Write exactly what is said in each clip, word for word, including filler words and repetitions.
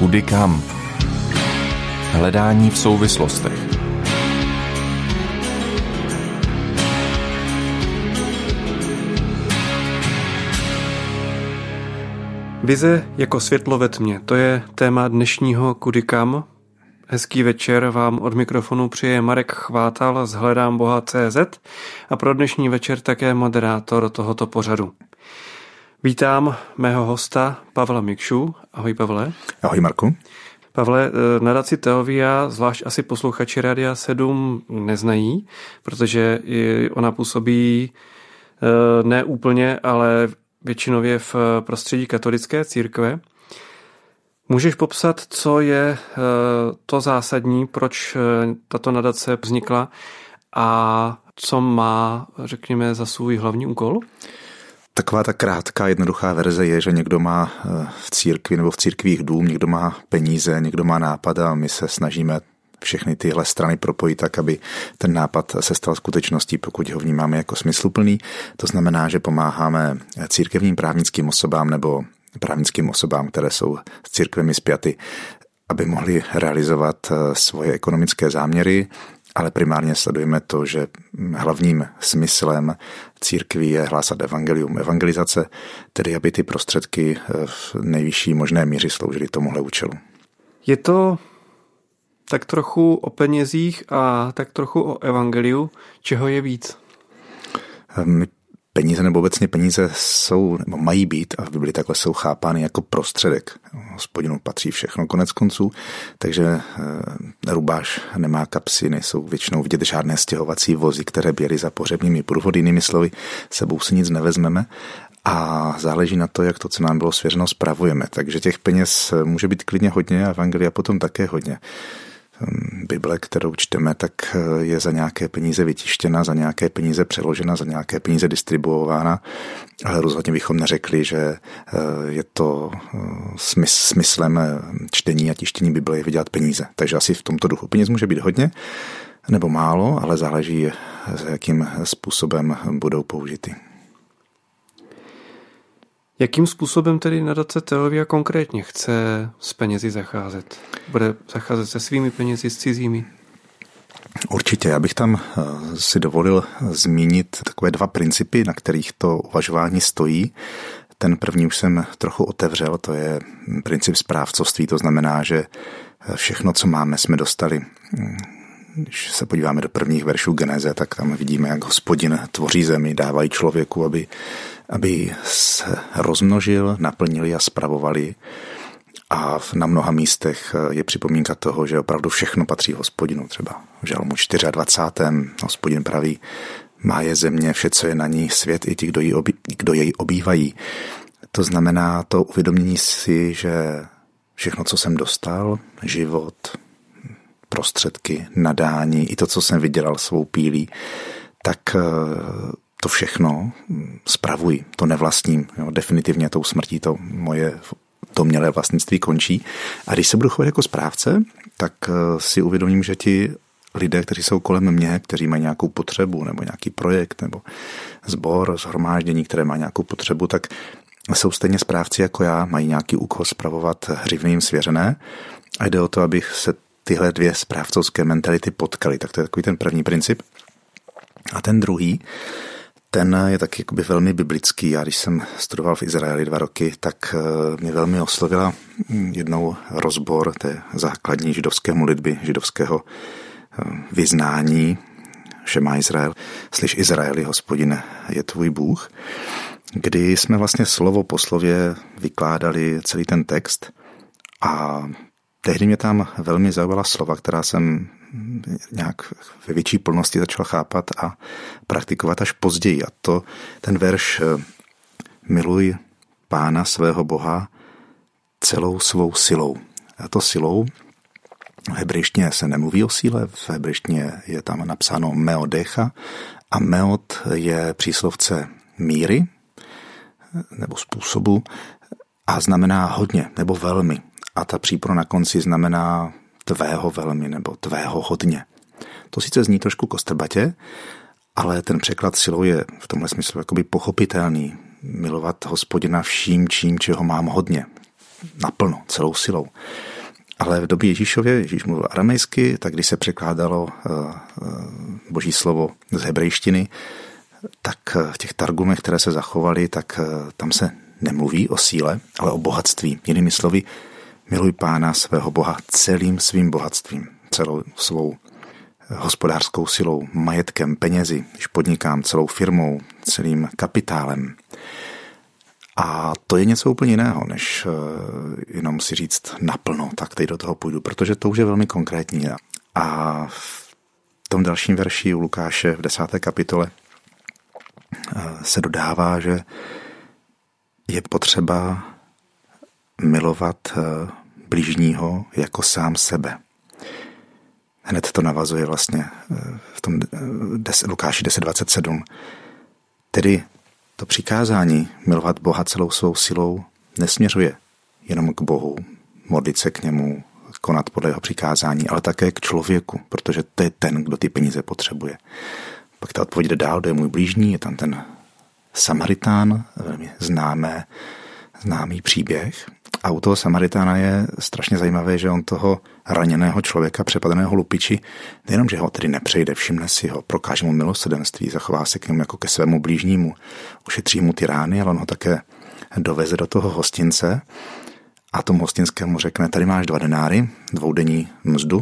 Kudy kam? Hledání v souvislostech. Vize jako světlo ve tmě, to je téma dnešního Kudy kam. Hezký večer vám od mikrofonu přeje Marek Chvátal z hledám boha tečka cé zet a pro dnešní večer také moderátor tohoto pořadu. Vítám mého hosta Pavla Mikšu. Ahoj, Pavle. Ahoj, Marku. Pavle, nadaci Teovia, zvlášť asi posluchači Rádia sedm neznají, protože ona působí ne úplně, ale většinově v prostředí katolické církve. Můžeš popsat, co je to zásadní, proč tato nadace vznikla a co má, řekněme, za svůj hlavní úkol? Taková ta krátká, jednoduchá verze je, že někdo má v církvi nebo v církvích dům, někdo má peníze, někdo má nápad a my se snažíme všechny tyhle strany propojit tak, aby ten nápad se stal skutečností, pokud ho vnímáme jako smysluplný. To znamená, že pomáháme církevním právnickým osobám nebo právnickým osobám, které jsou s církvemi spjaty, aby mohli realizovat svoje ekonomické záměry, ale primárně sledujeme to, že hlavním smyslem církví je hlásat evangelium, evangelizace, tedy aby ty prostředky v nejvyšší možné míře sloužily tomuhle účelu. Je to tak trochu o penězích a tak trochu o evangeliu. Čeho je víc? My Peníze nebo obecně peníze jsou, nebo mají být, a v Bibli takhle jsou chápány jako prostředek. Hospodinu patří všechno konec konců, takže rubáš nemá kapsy, nejsou většinou vidět žádné stěhovací vozy, které běly za pohřebními průvody, jinými slovy, sebou si nic nevezmeme a záleží na to, jak to, co nám bylo svěřeno, spravujeme. Takže těch peněz může být klidně hodně a evangelia potom také hodně. Bible, kterou čteme, tak je za nějaké peníze vytištěna, za nějaké peníze přeložena, za nějaké peníze distribuována, ale rozhodně bychom neřekli, že je to smyslem čtení a tištění Bible je vydělat peníze. Takže asi v tomto duchu. Peněz může být hodně nebo málo, ale záleží, jakým způsobem budou použity. Jakým způsobem tedy nadace Teovia konkrétně chce s penězi zacházet? Bude zacházet se svými penězi, s cizími? Určitě, já bych tam si dovolil zmínit takové dva principy, na kterých to uvažování stojí. Ten první už jsem trochu otevřel, to je princip správcovství, to znamená, že všechno, co máme, jsme dostali. Když se podíváme do prvních veršů Geneze, tak tam vidíme, jak Hospodin tvoří zemi, dávají člověku, aby, aby se rozmnožil, naplnili a spravovali. A na mnoha místech je připomínka toho, že opravdu všechno patří Hospodinu. Třeba v Žalmu dvacátém čtvrtém Hospodin praví, má je země, vše, co je na ní, svět i ti, kdo, ji obí, kdo jej obývají. To znamená to uvědomění si, že všechno, co jsem dostal, život, prostředky, nadání, i to, co jsem vydělal svou pílí, tak to všechno spravuji, to nevlastním. Jo, definitivně tou smrtí to moje domnělé vlastnictví končí. A když se budu chovat jako správce, tak si uvědomím, že ti lidé, kteří jsou kolem mě, kteří mají nějakou potřebu, nebo nějaký projekt, nebo sbor, shromáždění, které má nějakou potřebu, tak jsou stejně správci jako já, mají nějaký úkol spravovat hřivny jim svěřené a jde o to, abych se tyhle dvě správcovské mentality potkaly. Tak to je takový ten první princip. A ten druhý, ten je taky jakoby velmi biblický. Já když jsem studoval v Izraeli dva roky, tak mě velmi oslovila jednou rozbor té základní židovské modlitby, židovského vyznání Šema Izrael. Slyš Izraeli, Hospodine, je tvůj Bůh. Kdy jsme vlastně slovo po slově vykládali celý ten text a tehdy mě tam velmi zaujala slova, která jsem nějak ve větší plnosti začal chápat a praktikovat až později. A to ten verš miluj Pána svého Boha celou svou silou. A to silou v hebrejštině se nemluví o síle, v hebrejštině je tam napsáno meodecha a meod je příslovce míry nebo způsobu a znamená hodně nebo velmi. A ta přípora na konci znamená tvého velmi nebo tvého hodně. To sice zní trošku kostrbatě, ale ten překlad silou je v tomhle smyslu jakoby pochopitelný. Milovat Hospodina vším, čím, čeho mám hodně. Naplno, celou silou. Ale v době Ježíšově, Ježíš mluvil aramejsky, tak když se překládalo boží slovo z hebrejštiny, tak v těch targumech, které se zachovaly, tak tam se nemluví o síle, ale o bohatství. Jinými slovy, miluj Pána svého Boha celým svým bohatstvím, celou svou hospodářskou silou, majetkem, penězi, když podnikám celou firmou, celým kapitálem. A to je něco úplně jiného, než jenom si říct naplno, tak teď do toho půjdu, protože to už je velmi konkrétní. A v tom dalším verši u Lukáše v desáté kapitole se dodává, že je potřeba milovat bližního jako sám sebe. Hned to navazuje vlastně v tom Lukáši deset dvacet sedm. Tedy to přikázání milovat Boha celou svou silou nesměřuje jenom k Bohu, modlit se k němu, konat podle jeho přikázání, ale také k člověku, protože to je ten, kdo ty peníze potřebuje. Pak ta odpověď jde dál, kdo je můj blížní, je tam ten Samaritán, velmi známé, známý příběh. A u toho Samaritána je strašně zajímavé, že on toho raněného člověka, přepadeného lupiči, nejenom, že ho tedy nepřejde, všimne si ho, prokáže mu milosrdenství, zachová se k němu jako ke svému blížnímu, ušetří mu ty rány, ale on ho také doveze do toho hostince a tomu hostinskému řekne, tady máš dva denáry, dvoudenní mzdu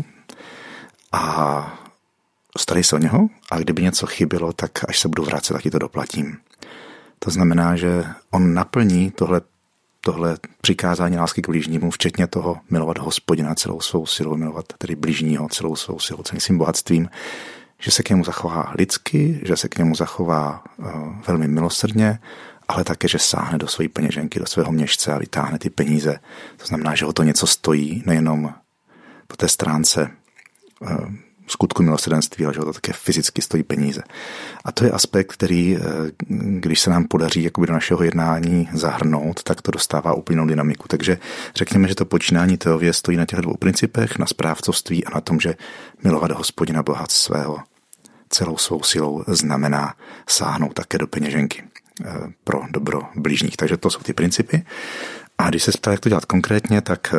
a starej se o něho a kdyby něco chybělo, tak až se budu vracet, tak ti to doplatím. To znamená, že on naplní tohle tohle přikázání lásky k blížnímu, včetně toho milovat Hospodina celou svou silou, milovat tedy blížního celou svou silou, celým svým bohatstvím, že se k němu zachová lidsky, že se k němu zachová uh, velmi milosrdně, ale také, že sáhne do své peněženky, do svého měšce a vytáhne ty peníze. To znamená, že ho to něco stojí, nejenom po té stránce uh, skutku milosrdenství, ale že ho to také fyzicky stojí peníze. A to je aspekt, který, když se nám podaří jakoby do našeho jednání zahrnout, tak to dostává úplnou dynamiku. Takže řekněme, že to počínání teorie stojí na těch dvou principech, na správcovství a na tom, že milovat Hospodina Boha svého celou svou silou znamená sáhnout také do peněženky pro dobro blížních. Takže to jsou ty principy. A když se ptá, jak to dělat konkrétně, tak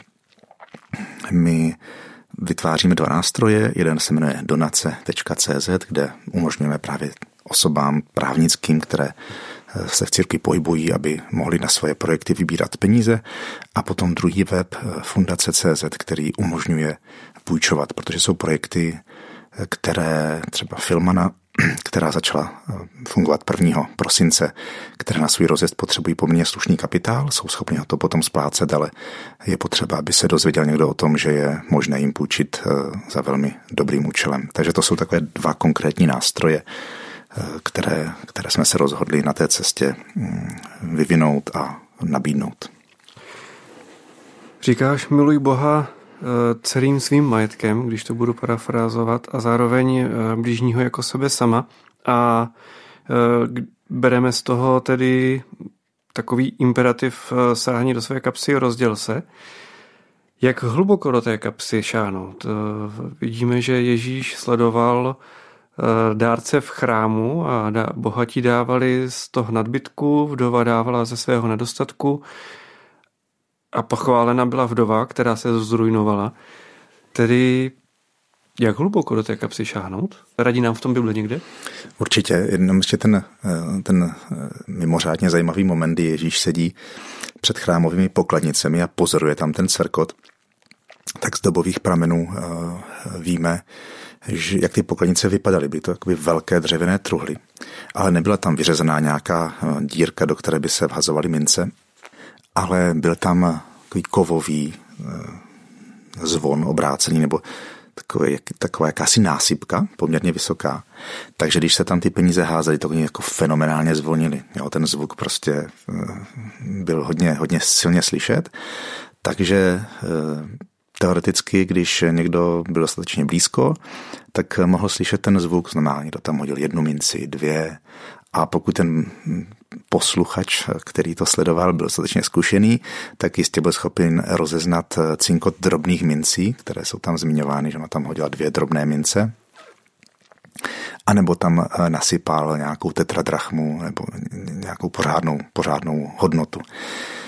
my vytváříme dva nástroje. Jeden se jmenuje donace tečka cé zet, kde umožňujeme právě osobám právnickým, které se v církvi pohybují, aby mohli na svoje projekty vybírat peníze. A potom druhý web fundace tečka cé zet, který umožňuje půjčovat, protože jsou projekty, které třeba Filmana, která začala fungovat prvního prosince, které na svůj rozjezd potřebují poměrně slušný kapitál, jsou schopni ho to potom splácet, ale je potřeba, aby se dozvěděl někdo o tom, že je možné jim půjčit za velmi dobrým účelem. Takže to jsou takové dva konkrétní nástroje, které, které jsme se rozhodli na té cestě vyvinout a nabídnout. Říkáš, miluj Boha celým svým majetkem, když to budu parafrázovat, a zároveň blížního jako sebe sama. A bereme z toho tedy takový imperativ sáhni do své kapsy, rozděl se. Jak hluboko do té kapsy šáhnout? Vidíme, že Ježíš sledoval dárce v chrámu a bohatí dávali z toho nadbytku, vdova dávala ze svého nedostatku a pochválena byla vdova, která se zrujnovala. Tedy jak hluboko do té kapsy šáhnout? Radí nám v tom Bible někde? Určitě. Jenom ještě ten, ten mimořádně zajímavý moment, kdy Ježíš sedí před chrámovými pokladnicemi a pozoruje tam ten cvrkot. Tak z dobových pramenů víme, že jak ty pokladnice vypadaly. Byly to jakoby velké dřevěné truhly, ale nebyla tam vyřezaná nějaká dírka, do které by se vhazovaly mince, ale byl tam takový kovový zvon obrácený, nebo takový, taková jakási násypka, poměrně vysoká. Takže když se tam ty peníze házely, to oni jako fenomenálně zvonili. Jo, ten zvuk prostě byl hodně, hodně silně slyšet. Takže teoreticky, když někdo byl dostatečně blízko, tak mohl slyšet ten zvuk, znamená, někdo tam hodil jednu minci, dvě, a pokud ten posluchač, který to sledoval, byl dostatečně zkušený, tak jistě byl schopen rozeznat cinkot drobných mincí, které jsou tam zmiňovány, že ona tam hodila dvě drobné mince, anebo tam nasypal nějakou tetradrachmu nebo nějakou pořádnou, pořádnou hodnotu.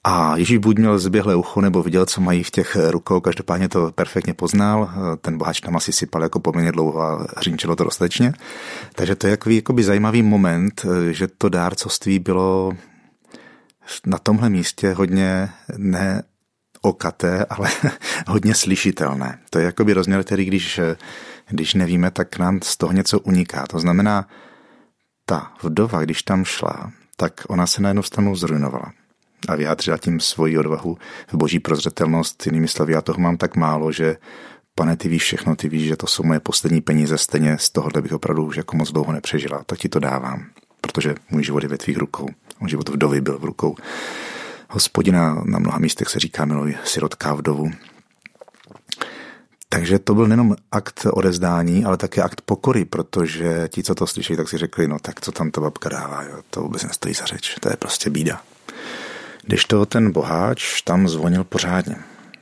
A Ježíš buď měl zběhlé ucho, nebo viděl, co mají v těch rukou, každopádně to perfektně poznal. Ten boháč tam asi sypal jako poměrně dlouho a hřínčilo to dostatečně. Takže to je jakový, jakoby zajímavý moment, že to dárcovství bylo na tomhle místě hodně ne okaté, ale hodně slyšitelné. To je jakoby rozměr, který když, když nevíme, tak nám z toho něco uniká. To znamená, ta vdova, když tam šla, tak ona se na jednu stranu zrujnovala a vyjádřila tím svoji odvahu v boží prozřetelnost. Jinými slovy, já toho mám tak málo, že Pane, ty víš všechno, ty víš, že to jsou moje poslední peníze, stejně z tohohle bych opravdu už jako moc dlouho nepřežila, tak ti to dávám, protože můj život je ve tvých rukou. Můj život vdovy byl v rukou Hospodina. Na mnoha místech se říká miluj sirotka vdovu. Takže to byl nejenom akt odezdání, ale také akt pokory, protože ti, co to slyšeli, tak si řekli, no tak co tam ta babka dává, jo, to vůbec nestojí za řeč, to je prostě bída. Když to ten boháč tam zvonil pořádně.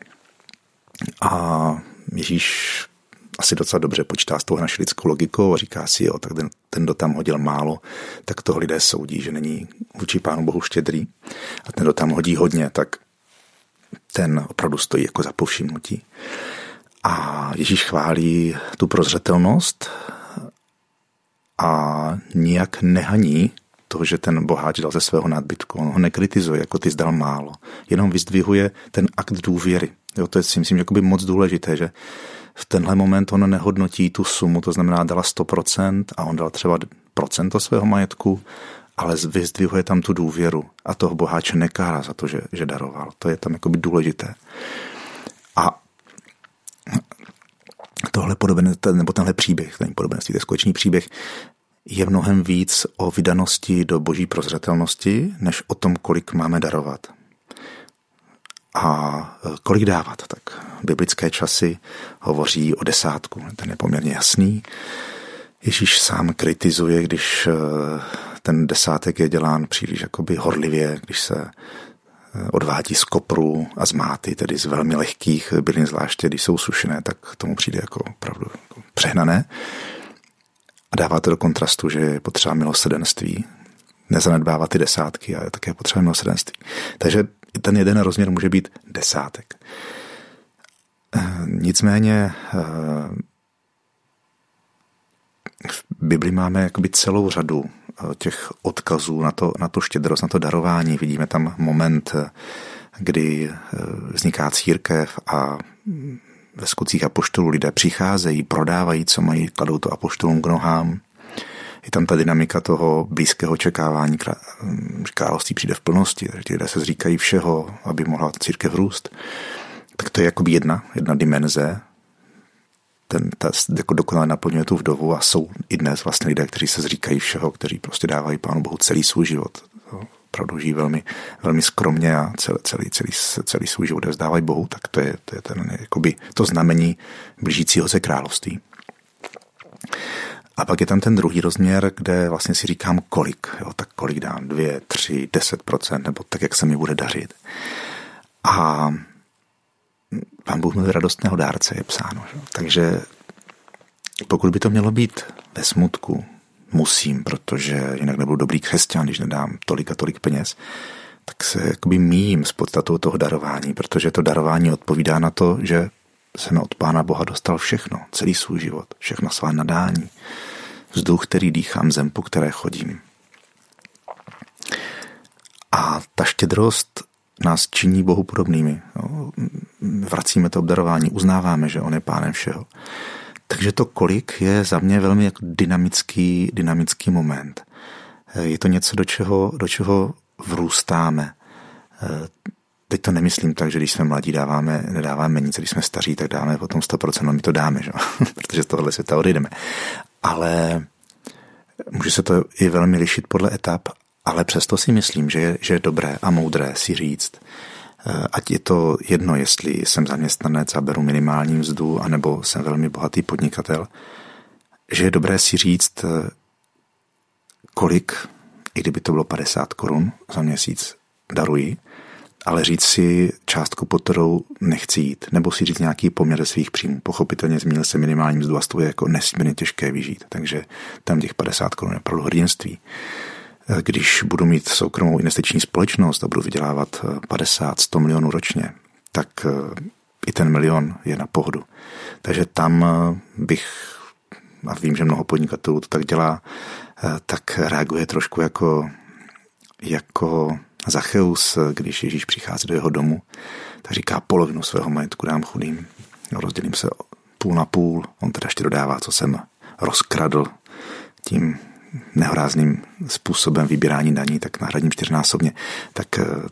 A Ježíš asi docela dobře počítá s tou naší lidskou logikou a říká si, jo, tak ten, ten, kdo tam hodil málo, tak toho lidé soudí, že není vůči Pánu Bohu štědrý. A ten, kdo tam hodí hodně, tak ten opravdu stojí jako za povšimnutí. A Ježíš chválí tu prozřetelnost a nijak nehaní to, že ten boháč dal ze svého nadbytku. On ho nekritizuje, jako ty zdal málo. Jenom vyzdvihuje ten akt důvěry. Jo, to je si myslím jakoby moc důležité, že v tenhle moment on nehodnotí tu sumu, to znamená dala sto procent a on dal třeba procento svého majetku, ale vyzdvihuje tam tu důvěru a toho boháče nekára za to, že, že daroval. To je tam jakoby důležité. A tohle podobenství, nebo tenhle příběh, ten podobenství, ten skutečný příběh, je mnohem víc o vydanosti do boží prozřetelnosti, než o tom, kolik máme darovat. A kolik dávat, tak biblické časy hovoří o desátku, ten je poměrně jasný. Ježíš sám kritizuje, když ten desátek je dělán příliš jakoby horlivě, když se odvádí z kopru a z máty, tedy z velmi lehkých bylin, zvláště když jsou sušené, tak tomu přijde jako opravdu jako přehnané. A dává to do kontrastu, že je potřeba milosrdenství, nezanedbávat ty desátky, ale také potřeba milosrdenství. Takže ten jeden rozměr může být desátek. Nicméně v Bibli máme jakoby celou řadu těch odkazů na to, na to štědrost, na to darování. Vidíme tam moment, kdy vzniká církev a ve skutcích apoštolů lidé přicházejí, prodávají, co mají, kladou to apoštolům k nohám. Je tam ta dynamika toho blízkého očekávání, království přijde v plnosti, takže ti lidé se zříkají všeho, aby mohla církev růst. Tak to je jakoby jedna, jedna dimenze. Ten, ta jako dokonale naplňuje tu vdovu a jsou i dnes vlastně lidé, kteří se zříkají všeho, kteří prostě dávají Pánu Bohu celý svůj život. Opravdu žijí velmi, velmi skromně a celý, celý, celý, celý svůj život vzdávají Bohu, tak to je, to je ten, jakoby, to znamení blížícího se království. A pak je tam ten druhý rozměr, kde vlastně si říkám kolik, jo, tak kolik dám, dvě, tři, deset procent, nebo tak, jak se mi bude dařit. A Pán Bůh miluje radostného dárce, je psáno. Že? Takže pokud by to mělo být ve smutku, musím, protože jinak nebudu dobrý křesťan, když nedám tolik a tolik peněz, tak se jakoby míjím s podstatou toho darování, protože to darování odpovídá na to, že jsem od Pána Boha dostal všechno, celý svůj život, všechno svá nadání, vzduch, který dýchám, zem, po které chodím. A ta štědrost nás činí Bohu podobnými. Vracíme to obdarování, uznáváme, že On je Pánem všeho. Takže to kolik je za mě velmi jako dynamický, dynamický moment. Je to něco, do čeho, do čeho vrůstáme. Teď to nemyslím tak, že když jsme mladí dáváme, nedáváme nic, když jsme staří, tak dáme potom sto procent, no my to dáme, že? Protože z tohohle světa odejdeme. Ale může se to i velmi lišit podle etap, ale přesto si myslím, že je, že je dobré a moudré si říct, ať je to jedno, jestli jsem zaměstnanec a beru minimální mzdu, anebo jsem velmi bohatý podnikatel, že je dobré si říct, kolik, i kdyby to bylo padesát korun za měsíc, daruji, ale říct si částku, pod kterou nechci jít, nebo si říct nějaký poměr svých příjmů. Pochopitelně zmínil se minimální mzdu a z toho je jako nesmírně těžké vyžít, takže tam těch padesát korun je opravdu hrdinství. Když budu mít soukromou investiční společnost a budu vydělávat padesát sto milionů ročně, tak i ten milion je na pohodu. Takže tam bych, a vím, že mnoho podnikatelů to tak dělá, tak reaguje trošku jako, jako Zacheus, když Ježíš přichází do jeho domu, tak říká, polovinu svého majetku dám chudým, rozdělím se půl na půl, on teda ještě dodává, co jsem rozkradl tím nehorázným způsobem vybírání daní, tak nahradím čtyřnásobně, tak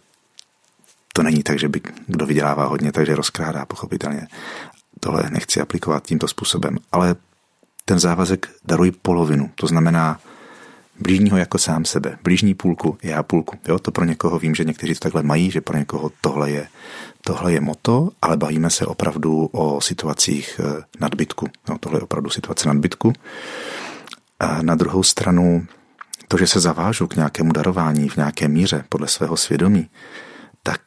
to není tak, že by kdo vydělává hodně, takže rozkrádá, pochopitelně. Tohle nechci aplikovat tímto způsobem, ale ten závazek daruj polovinu, to znamená blížního jako sám sebe, blížní půlku, já půlku. Jo, to pro někoho vím, že někteří to takhle mají, že pro někoho tohle je, tohle je motto, ale bavíme se opravdu o situacích nadbytku. No, tohle je opravdu situace nadbytku. A na druhou stranu, to, že se zavážu k nějakému darování v nějaké míře podle svého svědomí, tak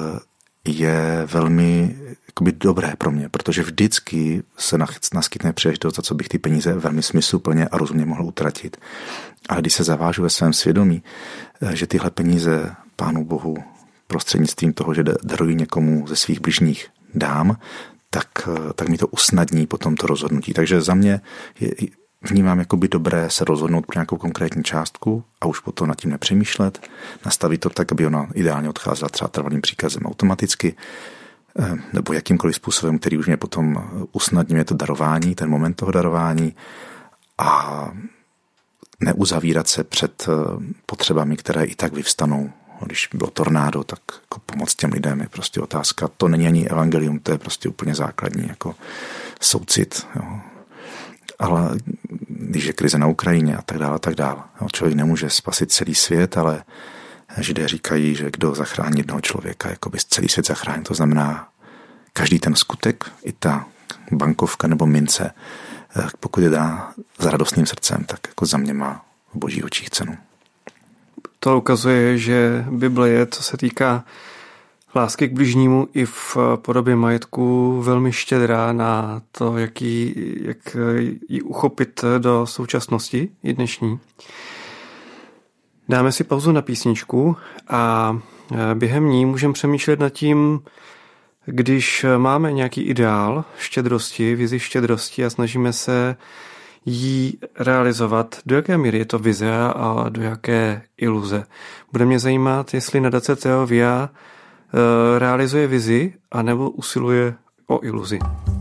je velmi jakoby dobré pro mě, protože vždycky se naskytne příležitost, za co bych ty peníze velmi smysluplně a rozumně mohl utratit. Ale když se zavážu ve svém svědomí, že tyhle peníze Pánu Bohu prostřednictvím toho, že darují někomu ze svých bližních dám, tak, tak mi to usnadní potom to rozhodnutí. Takže za mě je, vnímám jakoby dobré se rozhodnout pro nějakou konkrétní částku a už potom nad tím nepřemýšlet, nastavit to tak, aby ona ideálně odcházela třeba trvalým příkazem automaticky, nebo jakýmkoliv způsobem, který už mě potom usnadňuje to darování, ten moment toho darování a neuzavírat se před potřebami, které i tak vyvstanou. Když bylo tornádo, tak jako pomoct těm lidem je prostě otázka. To není ani evangelium, to je prostě úplně základní jako soucit. Jo. Ale když je krize na Ukrajině a tak dále, a tak dále. Jo. Člověk nemůže spasit celý svět, ale Židé říkají, že kdo zachrání jednoho člověka, jako by celý svět zachránil. To znamená, každý ten skutek, i ta bankovka nebo mince, pokud je dá s radostným srdcem, tak jako za mě má v božích očích cenu. To ukazuje, že Bible je, co se týká lásky k bližnímu, i v podobě majetku velmi štědrá na to, jak ji, jak ji uchopit do současnosti i dnešní. Dáme si pauzu na písničku a během ní můžeme přemýšlet nad tím, když máme nějaký ideál štědrosti, vizi štědrosti a snažíme se ji realizovat, do jaké míry je to vize a do jaké iluze. Bude mě zajímat, jestli nadace Theovia realizuje vizi anebo usiluje o iluzi.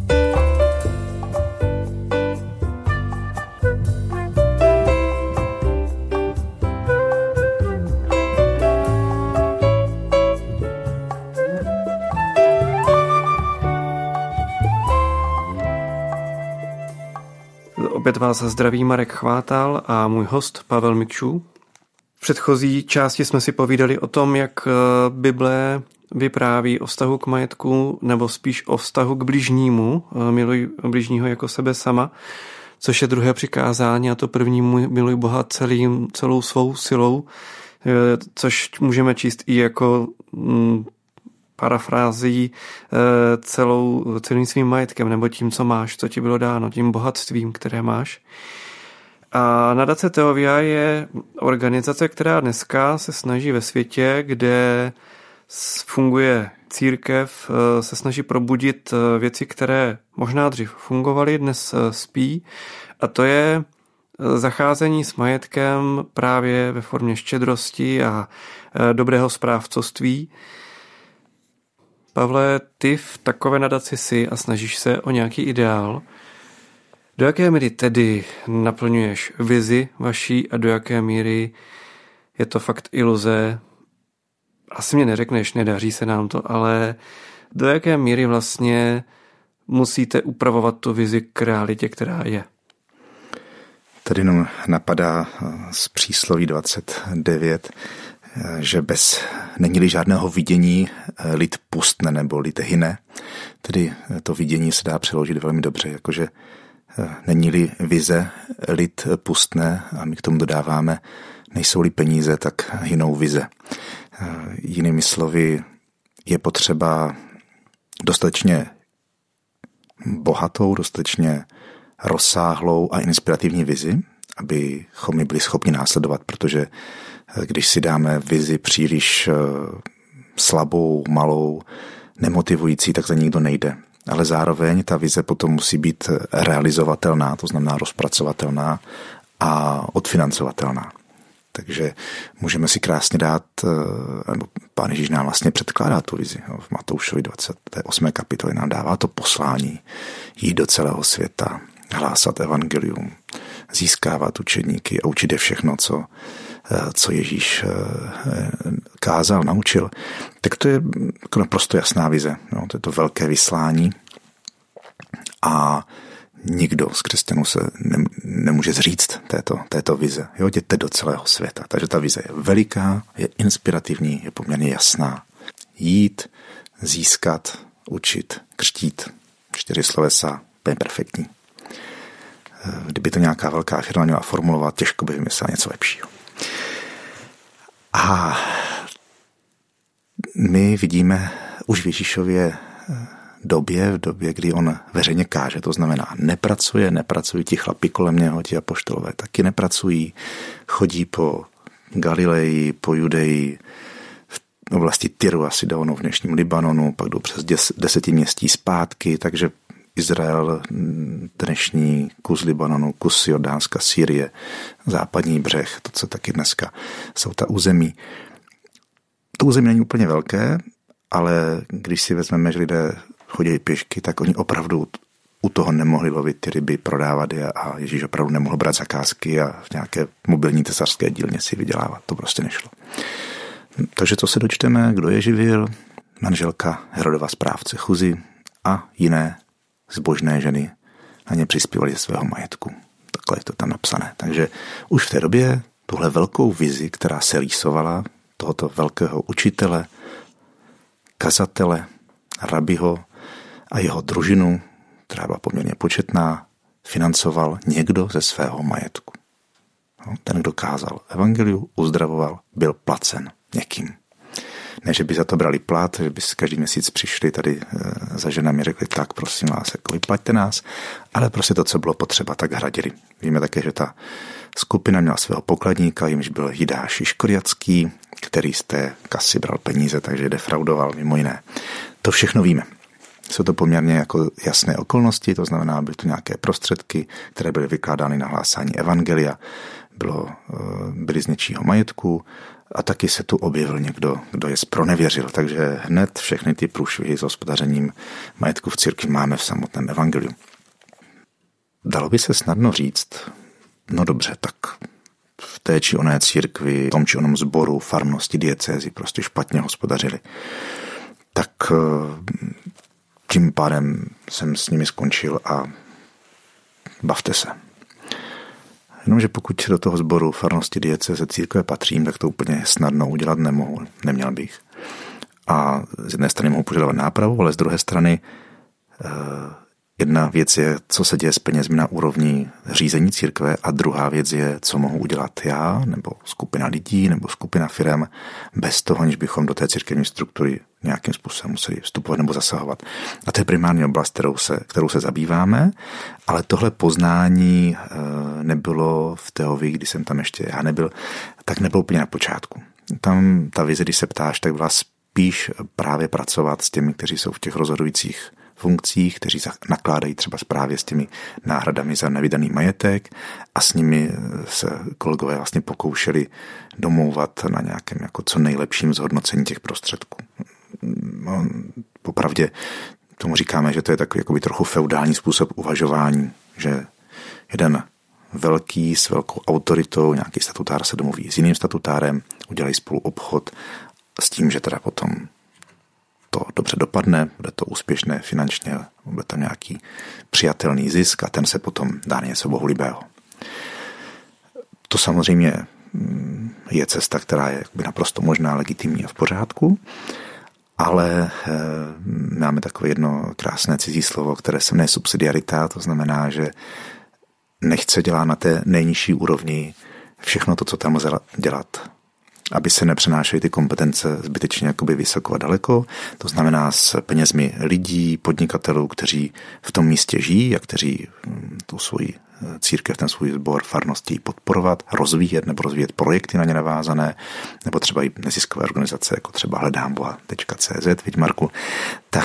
Opět vás zdraví Marek Chvátal a můj host Pavel Mikšů. V předchozí části jsme si povídali o tom, jak Bible vypráví o vztahu k majetku, nebo spíš o vztahu k bližnímu, miluj bližního jako sebe sama, což je druhé přikázání, a to první miluj Boha celým, celou svou silou, což můžeme číst i jako parafrází celou, celým svým majetkem, nebo tím, co máš, co ti bylo dáno, tím bohatstvím, které máš. A nadace Theovia je organizace, která dneska se snaží ve světě, kde funguje církev, se snaží probudit věci, které možná dřív fungovaly, dnes spí, a to je zacházení s majetkem právě ve formě štědrosti a dobrého správcovství. Pavle, ty v takové nadaci jsi a snažíš se o nějaký ideál. Do jaké míry tedy naplňuješ vizi vaší a do jaké míry je to fakt iluze? Asi mě neřekneš, nedaří se nám to, ale do jaké míry vlastně musíte upravovat tu vizi k realitě, která je? Tady jenom napadá z přísloví dvacet devět, že bez není-li žádného vidění, lid pustne nebo lid hyne. Tedy to vidění se dá přeložit velmi dobře, jakože není-li vize, lid pustne, a my k tomu dodáváme, nejsou-li peníze, tak hynou vize. Jinými slovy, je potřeba dostatečně bohatou, dostatečně rozsáhlou a inspirativní vizi, abychom ji byli schopni následovat, protože když si dáme vizi příliš slabou, malou, nemotivující, tak za ní nikdo nejde. Ale zároveň ta vize potom musí být realizovatelná, to znamená rozpracovatelná a odfinancovatelná. Takže můžeme si krásně dát, nebo Pán Ježíš nám vlastně předkládá tu vizi. V Matoušovi dvacáté osmé kapitole nám dává to poslání jít do celého světa, hlásat evangelium, získávat učedníky a učit je všechno, co, co Ježíš kázal, naučil. Tak to je naprosto jasná vize. No, to je to velké vyslání a nikdo z křesťanů se nemůže zříct této, této vize. Jo, jděte do celého světa. Takže ta vize je veliká, je inspirativní, je poměrně jasná. Jít, získat, učit, křtít. Čtyři slovesa, to je perfektní. Kdyby to nějaká velká firma měla formulovat, těžko by vymyslela něco lepšího. A my vidíme už v Ježíšově době, v době, kdy on veřejně káže, to znamená nepracuje, nepracují ti chlapi kolem něho, ti apoštolové taky nepracují, chodí po Galileji, po Judeji, v oblasti Tyru a Sidonu v dnešním Libanonu, pak jdou přes des, desetiměstí zpátky, takže Izrael, dnešní kus Libanonu, kus Jordánska, Sýrie, západní břeh, to, co taky dneska jsou ta území. To území není úplně velké, ale když si vezmeme, že lidé chodili pěšky, tak oni opravdu u toho nemohli lovit ty ryby, prodávat je a Ježíš opravdu nemohl brát zakázky a v nějaké mobilní tesařské dílně si vydělávat. To prostě nešlo. Takže co se dočteme, kdo je živil? Manželka Herodova správce Chuzy a jiné zbožné ženy na ně přispívali ze svého majetku. Takhle je to tam napsané. Takže už v té době tuhle velkou vizi, která se rýsovala, tohoto velkého učitele, kazatele, rabiho a jeho družinu, která byla poměrně početná, financoval někdo ze svého majetku. Ten, kdo kázal evangeliu, uzdravoval, byl placen někým. Ne, že by za to brali plat, že by každý měsíc přišli tady za ženami, řekli tak, prosím vás, jako vyplaťte nás, ale prostě to, co bylo potřeba, tak hradili. Víme také, že ta skupina měla svého pokladníka, jimž byl Jidáš Iškoriatský, který z té kasy bral peníze, takže defraudoval mimo jiné. To všechno víme. Jsou to poměrně jako jasné okolnosti, to znamená, byly to nějaké prostředky, které byly vykládány na hlásání evangelia, bylo, byly z něčího majetku a taky se tu objevil někdo, kdo je zpronevěřil. Takže hned všechny ty průšvihy s hospodařením majetku v církvi máme v samotném evangeliu. Dalo by se snadno říct, no dobře, tak v té či oné církvi, v tom či onom sboru, farnosti, diecézi prostě špatně hospodařili. Tak tím pádem jsem s nimi skončil a bavte se. Jenomže pokud do toho sboru farnosti, diecéze, církve patřím, tak to úplně snadno udělat nemohu, neměl bych. A z jedné strany mohu požadovat nápravu, ale z druhé strany jedna věc je, co se děje s penězmi na úrovni řízení církve a druhá věc je, co mohu udělat já, nebo skupina lidí, nebo skupina firem, bez toho, než bychom do té církevní struktury nějakým způsobem museli vstupovat nebo zasahovat. A to je primární oblast, kterou se, kterou se zabýváme, ale tohle poznání nebylo v teorii, kdy jsem tam ještě já nebyl, tak nebylo úplně na počátku. Tam ta vize, když se ptáš, tak byla spíš právě pracovat s těmi, kteří jsou v těch rozhodujících funkcích, kteří nakládají třeba právě s těmi náhradami za nevydaný majetek a s nimi se kolegové vlastně pokoušeli domlouvat na nějakém jako co nejlepším zhodnocení těch prostředků. No, popravdě tomu říkáme, že to je takový jakoby trochu feudální způsob uvažování, že jeden velký s velkou autoritou, nějaký statutár se domluví s jiným statutárem, udělají spolu obchod s tím, že teda potom to dobře dopadne, bude to úspěšné finančně, bude tam nějaký přijatelný zisk a ten se potom dá něco bohulibého. To samozřejmě je cesta, která je naprosto možná, legitimní a v pořádku, ale máme takové jedno krásné cizí slovo, které se jmenuje subsidiarita, to znamená, že nechce dělat na té nejnižší úrovni všechno to, co tam lze dělat, aby se nepřenášely ty kompetence zbytečně jakoby vysoko a daleko. To znamená s penězmi lidí, podnikatelů, kteří v tom místě žijí a kteří tu svoji církev, ten svůj sbor farnosti podporovat, rozvíjet nebo rozvíjet projekty na ně navázané, nebo třeba i neziskové organizace, jako třeba hledám boha tečka cé zet, viď Marku, tak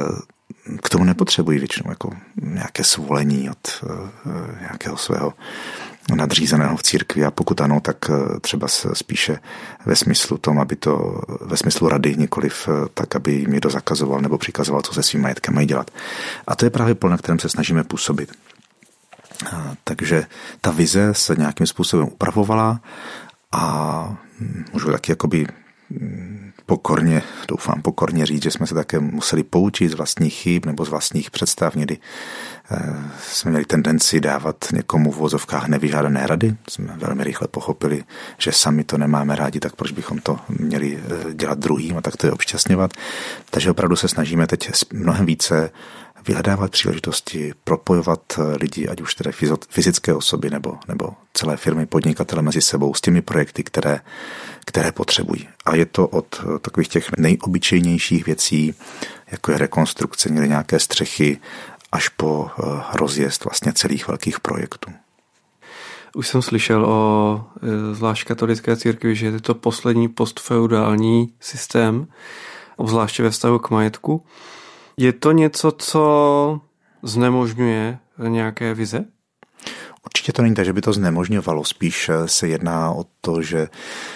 k tomu nepotřebují většinou jako nějaké svolení od nějakého svého nadřízeného v církvi, a pokud ano, tak třeba spíše ve smyslu tom, aby to, ve smyslu rady, nikoliv tak, aby jim někdo zakazoval nebo přikazoval, co se svým majetkem mají dělat. A to je právě pole, na kterém se snažíme působit. A, takže ta vize se nějakým způsobem upravovala a můžu taky jakoby pokorně, doufám pokorně říct, že jsme se také museli poučit z vlastních chyb nebo z vlastních představ. Někdy jsme měli tendenci dávat někomu v vozovkách nevyžádané rady. Jsme velmi rychle pochopili, že sami to nemáme rádi, tak proč bychom to měli dělat druhým a tak to je obšťastňovat. Takže opravdu se snažíme teď mnohem více vyhledávat příležitosti, propojovat lidi, ať už tedy fyzické osoby nebo, nebo celé firmy, podnikatele mezi sebou s těmi projekty, které, které potřebují. A je to od takových těch nejobyčejnějších věcí, jako je rekonstrukce někde nějaké střechy, až po rozjezd vlastně celých velkých projektů. Už jsem slyšel o zvlášť katolické církvi, že je to poslední postfeudální systém, obzvláště ve vztahu k majetku. Je to něco, co znemožňuje nějaké vize? Určitě to není tak, že by to znemožňovalo. Spíš se jedná o to, že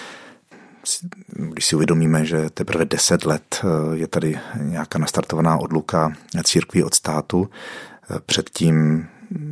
když si uvědomíme, že teprve deset let je tady nějaká nastartovaná odluka církví od státu, předtím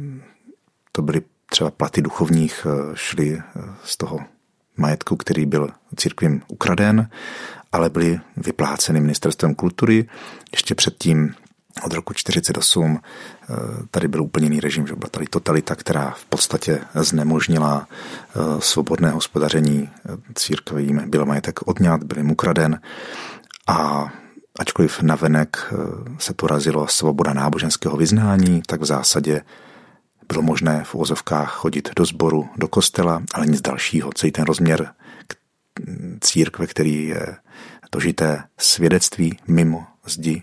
to byly třeba platy duchovních, šly z toho majetku, který byl církvím ukraden, ale byly vypláceny ministerstvem kultury. Ještě předtím od roku čtyřicet osm tady byl úplně jiný režim, že byla tady totalita, která v podstatě znemožnila svobodné hospodaření církvím. Byl majetek odňat, byl jim ukraden a ačkoliv navenek se tu razilo svoboda náboženského vyznání, tak v zásadě bylo možné v uvozovkách chodit do sboru, do kostela, ale nic dalšího. Celý ten rozměr církve, který je to žité svědectví mimo zdi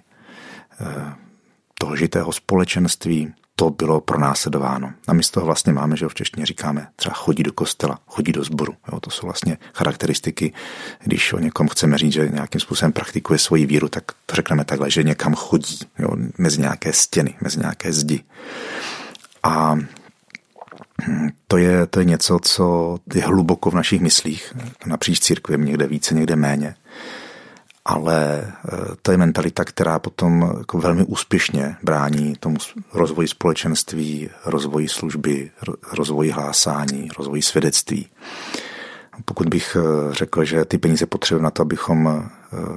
toho žitého společenství, to bylo pronásledováno. A my z toho vlastně máme, že v češtině říkáme třeba chodí do kostela, chodí do sboru. Jo, to jsou vlastně charakteristiky, když o někom chceme říct, že nějakým způsobem praktikuje svoji víru, tak to řekneme takhle, že někam chodí, jo, mezi nějaké stěny, mezi nějaké zdi. A to je, to je něco, co je hluboko v našich myslích, napříč církvím, někde více, někde méně. Ale to je mentalita, která potom jako velmi úspěšně brání tomu rozvoji společenství, rozvoji služby, rozvoji hlásání, rozvoji svědectví. Pokud bych řekl, že ty peníze potřebujeme na to, abychom,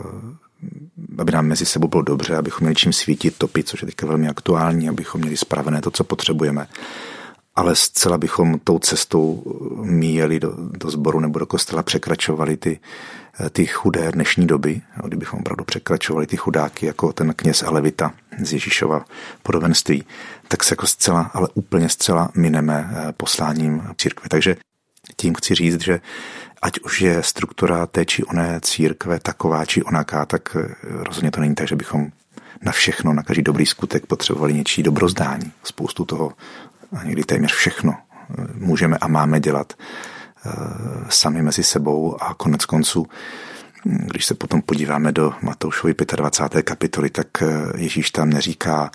aby nám mezi sebou bylo dobře, abychom měli čím svítit, topit, což je teďka velmi aktuální, abychom měli spravené to, co potřebujeme, ale zcela bychom tou cestou míjeli do, do sboru nebo do kostela, překračovali ty, ty chudé dnešní doby, kdybychom opravdu překračovali ty chudáky jako ten kněz a levita z Ježíšova podobenství, tak se jako zcela, ale úplně zcela mineme posláním církve. Takže tím chci říct, že ať už je struktura té či oné církve taková či onaká, tak rozhodně to není tak, že bychom na všechno, na každý dobrý skutek potřebovali něčí dobrozdání. Spoustu toho a někdy téměř všechno můžeme a máme dělat sami mezi sebou a konec konců, když se potom podíváme do Matoušovy dvacáté páté kapitoly, tak Ježíš tam neříká,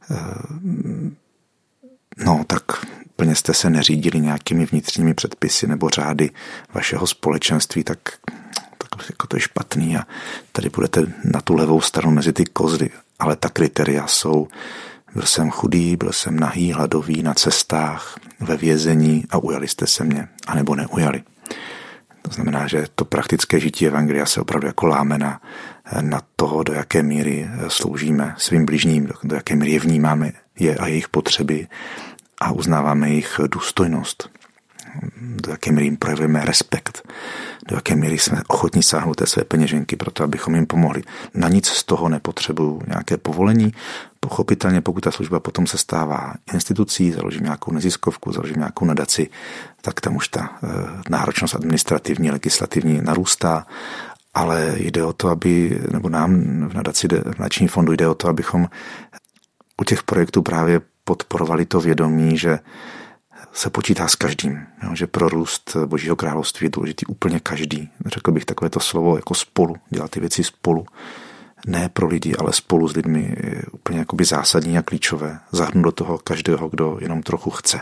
no tak plně jste se neřídili nějakými vnitřními předpisy nebo řády vašeho společenství, tak, tak jako to je špatný a tady budete na tu levou stranu mezi ty kozly, ale ta kritéria jsou: byl jsem chudý, byl jsem nahý, hladový, na cestách, ve vězení a ujali jste se mě, anebo neujali. To znamená, že to praktické žití evangelia se opravdu jako láme na, na toho, do jaké míry sloužíme svým bližním, do, do jaké míry je vnímáme je a jejich potřeby a uznáváme jejich důstojnost, do jaké míry jim projevujeme respekt, do jaké míry jsme ochotní sáhnout té své peněženky pro to, abychom jim pomohli. Na nic z toho nepotřebuju nějaké povolení. Pochopitelně, pokud ta služba potom se stává institucí, založím nějakou neziskovku, založím nějakou nadaci, tak tam už ta e, náročnost administrativní, legislativní narůstá, ale jde o to, aby, nebo nám v nadaci, v nadačním fondu jde o to, abychom u těch projektů právě podporovali to vědomí, že se počítá s každým, jo, že pro růst Božího království je důležitý úplně každý. Řekl bych takové to slovo jako spolu, dělat ty věci spolu. Ne pro lidi, ale spolu s lidmi je úplně jakoby zásadní a klíčové. Zahrnout do toho každého, kdo jenom trochu chce.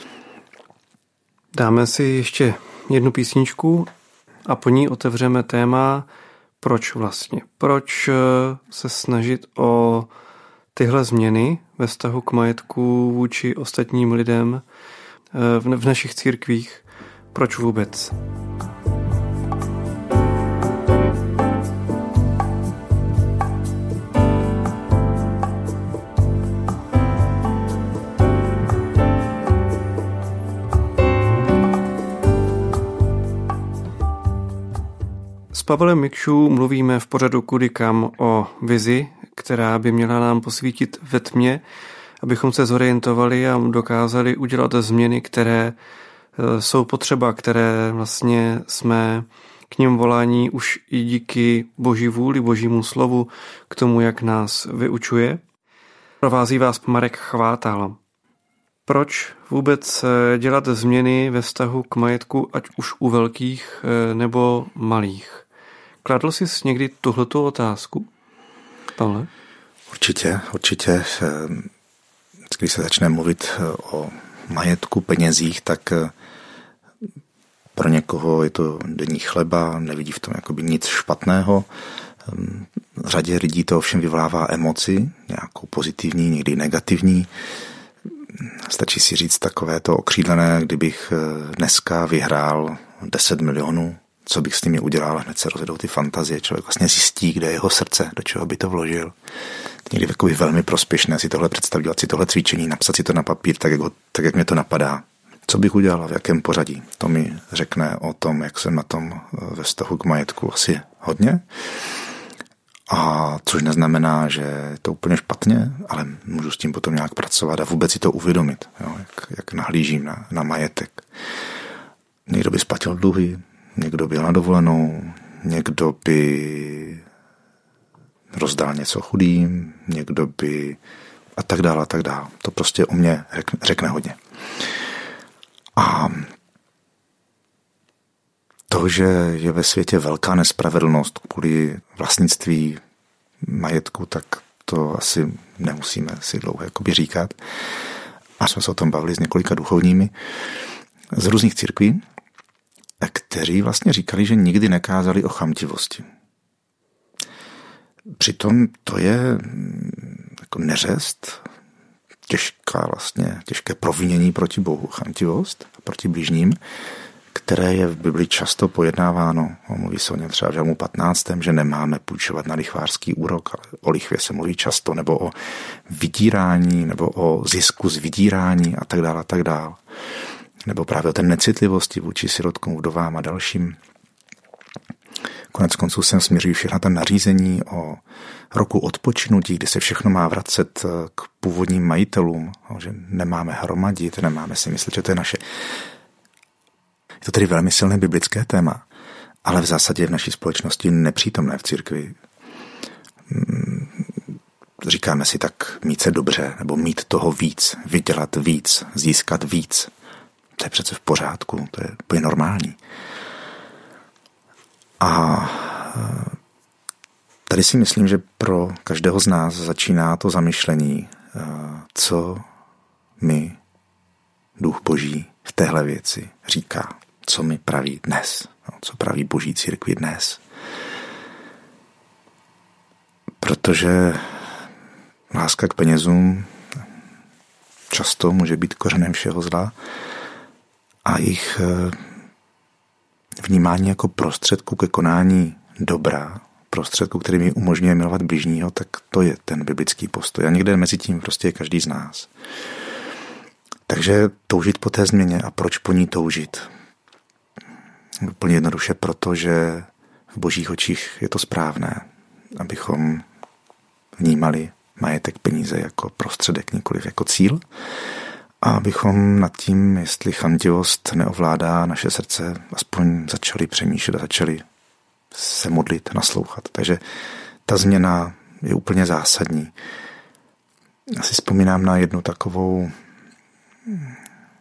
Dáme si ještě jednu písničku a po ní otevřeme téma, proč vlastně. Proč se snažit o tyhle změny ve vztahu k majetku vůči ostatním lidem v našich církvích. Proč vůbec? S Pavlem Mikšů mluvíme v pořadu Kudy kam o vizi, která by měla nám posvítit ve tmě, abychom se zorientovali a dokázali udělat změny, které jsou potřeba, které vlastně jsme k něm volání už i díky Boží vůli, Božímu slovu, k tomu, jak nás vyučuje. Provází vás Marek Chvátal. Proč vůbec dělat změny ve vztahu k majetku, ať už u velkých nebo malých? Kladl jsi někdy tuhletu otázku, Pavle? Určitě, určitě. Když se začne mluvit o majetku, penězích, tak pro někoho je to denní chleba, nevidí v tom jakoby nic špatného. Řadě lidí to ovšem vyvolává emoci, nějakou pozitivní, někdy negativní. Stačí si říct takové to okřídlené, kdybych dneska vyhrál deset milionů, co bych s nimi udělal, hned se rozjedou ty fantazie, člověk vlastně zjistí, kde je jeho srdce, do čeho by to vložil. Někdy je velmi prospěšné si tohle představit, dělat si tohle cvičení, napsat si to na papír, tak jak, ho, tak jak mě to napadá. Co bych udělal a v jakém pořadí? To mi řekne o tom, jak jsem na tom ve vztahu k majetku asi hodně. A což neznamená, že je to úplně špatně, ale můžu s tím potom nějak pracovat a vůbec si to uvědomit, jo, jak, jak nahlížím na, na majetek. Někdo by splatil dluhy, někdo by jel na dovolenou, někdo by rozdal něco chudým, někdo by a tak dále a tak dále. To prostě o mě řekne, řekne hodně. A to, že je ve světě velká nespravedlnost kvůli vlastnictví majetku, tak to asi nemusíme si dlouho jakoby říkat. A jsme se o tom bavili s několika duchovními z různých církví, kteří vlastně říkali, že nikdy nekázali o chamtivosti. Přitom to je jako neřest, těžká vlastně, těžké provinění proti Bohu, chamtivost a proti bližním, které je v Bibli často pojednáváno. Mluví se o něm třeba v Žalmu patnáctém, že nemáme půjčovat na lichvářský úrok, ale o lichvě se mluví často, nebo o vydírání, nebo o zisku z vydírání a tak dále a tak dále. Nebo právě o té necitlivosti vůči sirotkům, vdovám a dalším. Konec konců sem směřují všechna ta nařízení o roku odpočinutí, kdy se všechno má vracet k původním majitelům, že nemáme hromadit, nemáme si myslet, že to je naše. Je to tedy velmi silné biblické téma, ale v zásadě v naší společnosti nepřítomné v církvi. Říkáme si tak mít se dobře, nebo mít toho víc, vydělat víc, získat víc. To je přece v pořádku, to je úplně normální. A tady si myslím, že pro každého z nás začíná to zamyšlení, co mi Duch Boží v téhle věci říká, co mi praví dnes, co praví Boží církvi dnes. Protože láska k penězům často může být kořenem všeho zla a jejich vnímání jako prostředku ke konání dobra, prostředku, který mi umožňuje milovat bližního, tak to je ten biblický postoj. A někde mezi tím prostě je každý z nás. Takže toužit po té změně a proč po ní toužit? Úplně jednoduše proto, že v Božích očích je to správné, abychom vnímali majetek, peníze jako prostředek, nikoliv jako cíl. A abychom nad tím, jestli chamtivost neovládá naše srdce, aspoň začali přemýšlet a začali se modlit, naslouchat. Takže ta změna je úplně zásadní. Já si vzpomínám na jednu takovou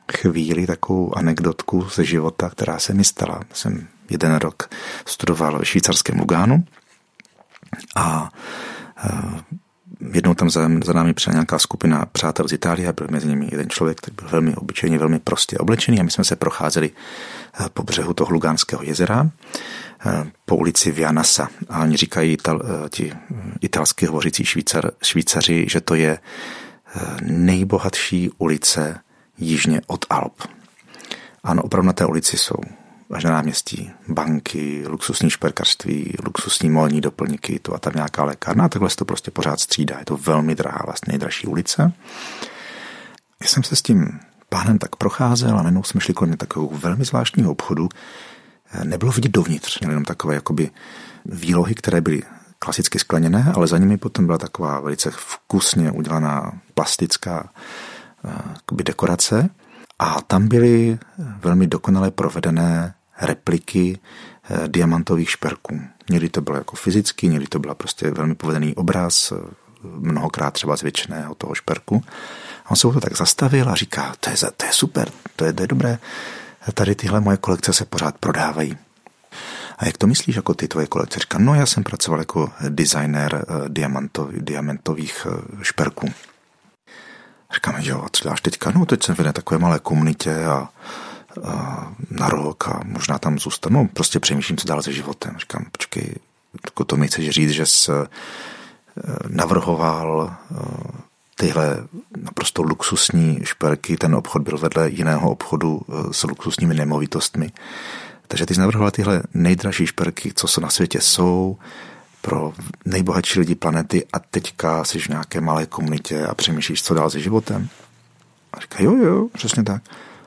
chvíli takovou anekdotku ze života, která se mi stala. Jsem jeden rok studoval ve švýcarském Lugánu a jednou tam za, za námi přišla nějaká skupina přátel z Itálie a byl mezi nimi jeden člověk, který byl velmi obyčejně, velmi prostě oblečený a my jsme se procházeli po břehu toho Lugánského jezera po ulici Via Nassa. A oni říkají ital, ti italsky hovořící Švýcar, Švýcaři, že to je nejbohatší ulice jižně od Alp. Ano, opravdu na té ulici jsou až na náměstí banky, luxusní šperkařství, luxusní molní doplňky, tu a tam nějaká lékárna a takhle se to prostě pořád střídá. Je to velmi drahá, vlastně nejdražší ulice. Já jsem se s tím pánem tak procházel a najednou jsme šli kolem takového velmi zvláštního obchodu. Nebylo vidět dovnitř, měli jenom takové jakoby výlohy, které byly klasicky skleněné, ale za nimi potom byla taková velice vkusně udělaná plastická jakoby dekorace a tam byly velmi dokonale provedené repliky diamantových šperků. Někdy to bylo jako fyzicky, někdy to byl prostě velmi povedený obraz, mnohokrát třeba zvětšeného toho šperku. A on se to tak zastavil a říká, to je, to je super, to je, to je dobré, tady tyhle moje kolekce se pořád prodávají. A jak to myslíš jako ty tvoje kolekce? Říká, no já jsem pracoval jako designér diamantových, diamantových šperků. Říkáme, jo, a co děláš teďka? No teď jsem v takové malé komunitě a, a na rok a možná tam zůstanu. No, prostě přemýšlím, co dál se životem. Říkám, počkej, to mi chceš říct, že jsi navrhoval tyhle naprosto luxusní šperky, ten obchod byl vedle jiného obchodu s luxusními nemovitostmi. Takže ty jsi navrhoval tyhle nejdražší šperky, co se na světě jsou, pro nejbohatší lidi planety a teďka jsi v nějaké malé komunitě a přemýšlíš, co dál se životem. A říká, jo, jo, přesně tak.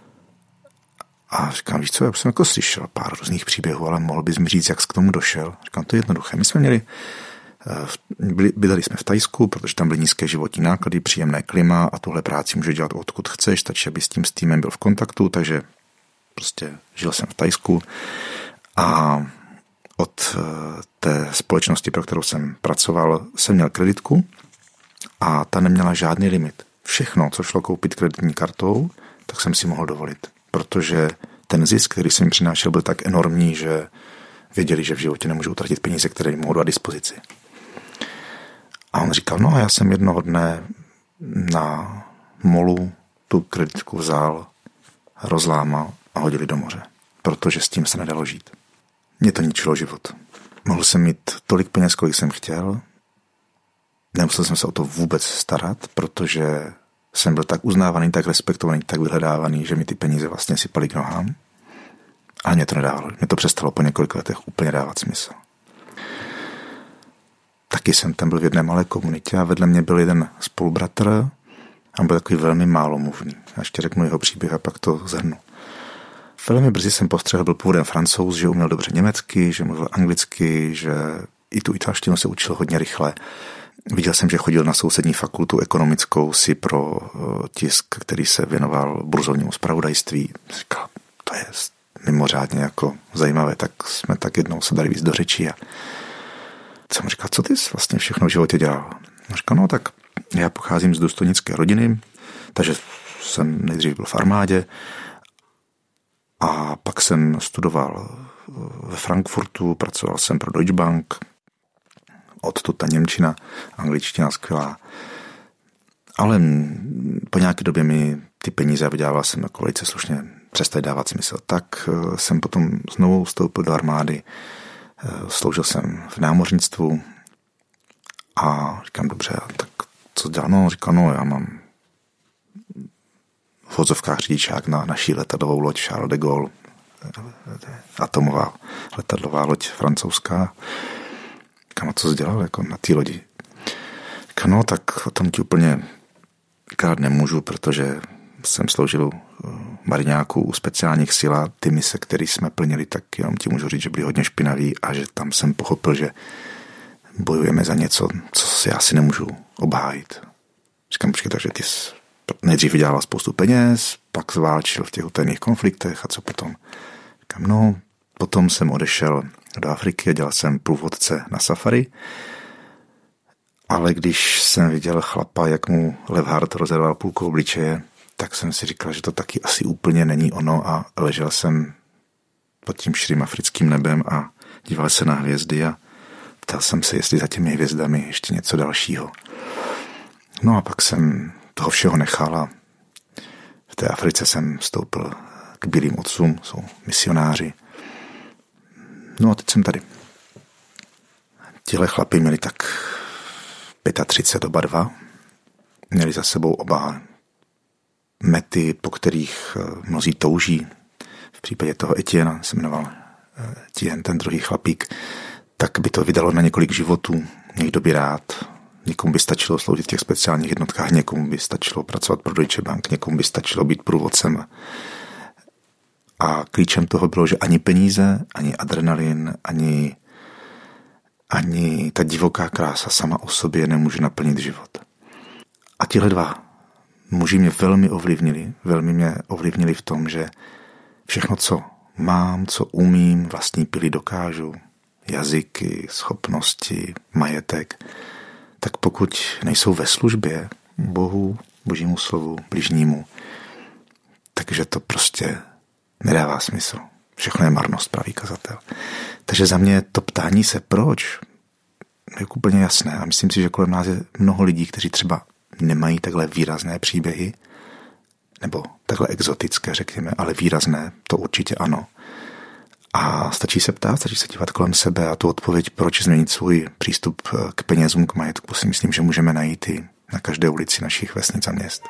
A říkám, víš co, já jsem jako slyšel pár různých příběhů, ale mohl bys mi říct, jak jsi k tomu došel. Říkám, to je jednoduché. My jsme měli, bydleli jsme v Thajsku, protože tam byly nízké životní náklady, příjemné klima a tuhle práci můžeš dělat odkud chceš, stačí, aby s tím s týmem byl v kontaktu, takže prostě žil jsem v Thajsku a od té společnosti, pro kterou jsem pracoval, jsem měl kreditku a ta neměla žádný limit. Všechno, co šlo koupit kreditní kartou, tak jsem si mohl dovolit, protože ten zisk, který jsem jim přinášel, byl tak enormní, že věděli, že v životě nemůžu utratit peníze, které jim mohu dát dispozici. A on říkal, no a já jsem jednoho dne na molu tu kreditku vzal, rozlámal a hodili do moře, protože s tím se nedalo žít. Mě to ničilo život. Mohl jsem mít tolik peněz, kolik jsem chtěl. Nemusel jsem se o to vůbec starat, protože jsem byl tak uznávaný, tak respektovaný, tak vyhledávaný, že mi ty peníze vlastně sypaly k nohám. A mě to nedávalo. Mě to přestalo po několika letech úplně dávat smysl. Taky jsem tam byl v jedné malé komunitě a vedle mě byl jeden spolubratr a byl takový velmi málomluvný. Já ještě řeknu jeho příběh a pak to zhrnu. Velmi brzy jsem postřehl, byl původem Francouz, že uměl dobře německy, že mluvil anglicky, že i tu italštinu se učil hodně rychle. Viděl jsem, že chodil na sousední fakultu ekonomickou si pro tisk, který se věnoval burzovnímu zpravodajství. Říkal, to je mimořádně jako zajímavé, tak jsme tak jednou se dali víc do řeči a jsem říkal, co ty jsi vlastně všechno v životě dělal? A říkal, no tak já pocházím z důstojnické rodiny, takže jsem nejdřív byl v armádě a pak jsem studoval ve Frankfurtu, pracoval jsem pro Deutsche Bank, odtud ta němčina, angličtina skvělá. Ale po nějaké době mi ty peníze vydělával jsem jako velice slušně, přestali dávat smysl. Tak jsem potom znovu vstoupil do armády, sloužil jsem v námořnictvu a říkám, dobře, tak co dělám? No, říkal, no, já mám v vozovkách řidičák na naší letadlovou loď Charles de Gaulle, atomová letadlová loď francouzská. Říkám, a co jsi dělal jako na té lodi? Říkám, no, tak o tom ti úplně krát nemůžu, protože jsem sloužil mariňáků u speciálních sil a ty mise, které jsme plnili, tak jenom ti můžu říct, že byli hodně špinaví a že tam jsem pochopil, že bojujeme za něco, co si asi nemůžu obhájit. Říkám, počkej, takže ty jsi nejdřív vydělával spoustu peněz, pak zválčil v těch utajených konfliktech a co potom? Říkám, no, potom jsem odešel do Afriky a dělal jsem průvodce na safari, ale když jsem viděl chlapa, jak mu Levhart rozerval půlku obličeje, tak jsem si říkal, že to taky asi úplně není ono a ležel jsem pod tím širým africkým nebem a díval se na hvězdy a ptal jsem se, jestli za těmi hvězdami ještě něco dalšího. No a pak jsem toho všeho nechal a v té Africe jsem vstoupil k bílým otcům, jsou misionáři. No a teď jsem tady. Tihle chlapi měli tak třicet pět oba dva. Měli za sebou oba mety, po kterých mnozí touží. V případě toho Etienne se jmenoval Etienne, ten druhý chlapík, tak by to vydalo na několik životů. Někdo by rád, někomu by stačilo sloužit v těch speciálních jednotkách, někomu by stačilo pracovat pro Deutsche Bank, někomu by stačilo být průvodcem. A klíčem toho bylo, že ani peníze, ani adrenalin, ani, ani ta divoká krása sama o sobě nemůže naplnit život. A tihle dva muži mě velmi ovlivnili, velmi mě ovlivnili v tom, že všechno, co mám, co umím, vlastní pily dokážu, jazyky, schopnosti, majetek, tak pokud nejsou ve službě Bohu, Božímu slovu, bližnímu, takže to prostě nedává smysl. Všechno je marnost, pravý kazatel. Takže za mě to ptání se proč je úplně jasné a myslím si, že kolem nás je mnoho lidí, kteří třeba nemají takhle výrazné příběhy, nebo takhle exotické, řekněme, ale výrazné, to určitě ano. A stačí se ptát, stačí se dívat kolem sebe a tu odpověď, proč změnit svůj přístup k penězům, k majetku, si myslím, že můžeme najít i na každé ulici našich vesnic a měst.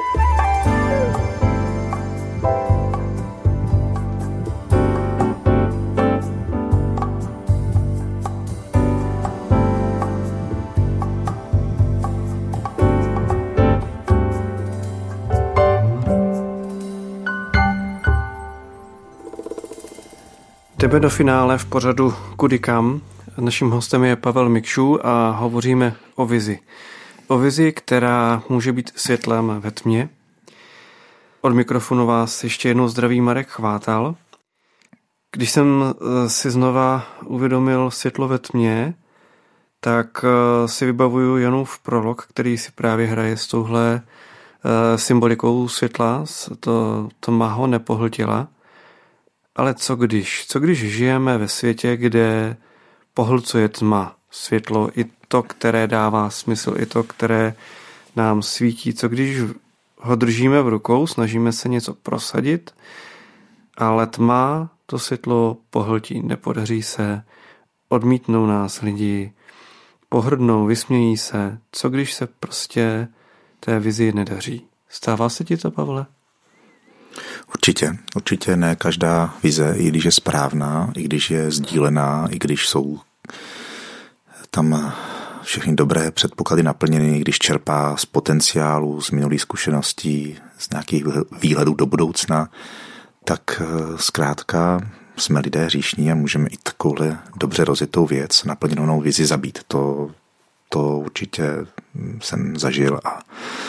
Jdeme do finále v pořadu Kudy kam. Naším hostem je Pavel Mikšů a hovoříme o vizi. O vizi, která může být světlem ve tmě. Od mikrofonu vás ještě jednou zdraví Marek Chvátal. Když jsem si znova uvědomil světlo ve tmě, tak si vybavuju Janův prolog, který si právě hraje s touhle symbolikou světla. To, to má ho nepohltila. Ale co když? Co když žijeme ve světě, kde pohlcuje tma, světlo, i to, které dává smysl, i to, které nám svítí? Co když ho držíme v rukou, snažíme se něco prosadit, ale tma to světlo pohltí, nepodaří se, odmítnou nás lidi, pohrdnou, vysmějí se. Co když se prostě té vizi nedaří? Stává se ti to, Pavle? Určitě, určitě ne každá vize, i když je správná, i když je sdílená, i když jsou tam všechny dobré předpoklady naplněny, i když čerpá z potenciálu, z minulých zkušeností, z nějakých výhledů do budoucna, tak zkrátka jsme lidé hříšní a můžeme i takovouhle dobře rozjetou věc, naplněnou vizi zabít. To, to určitě jsem zažil a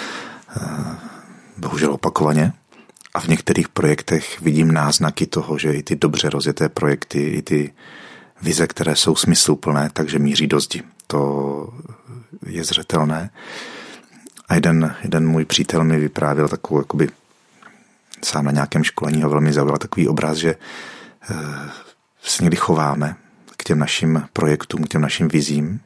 bohužel opakovaně. A v některých projektech vidím náznaky toho, že i ty dobře rozjeté projekty, i ty vize, které jsou smysluplné, takže míří do zdi. To je zřetelné. A jeden, jeden můj přítel mi vyprávěl takovou, jakoby sám na nějakém školení ho velmi zaujal takový obraz, že eh, se někdy chováme k těm našim projektům, k těm našim vizím,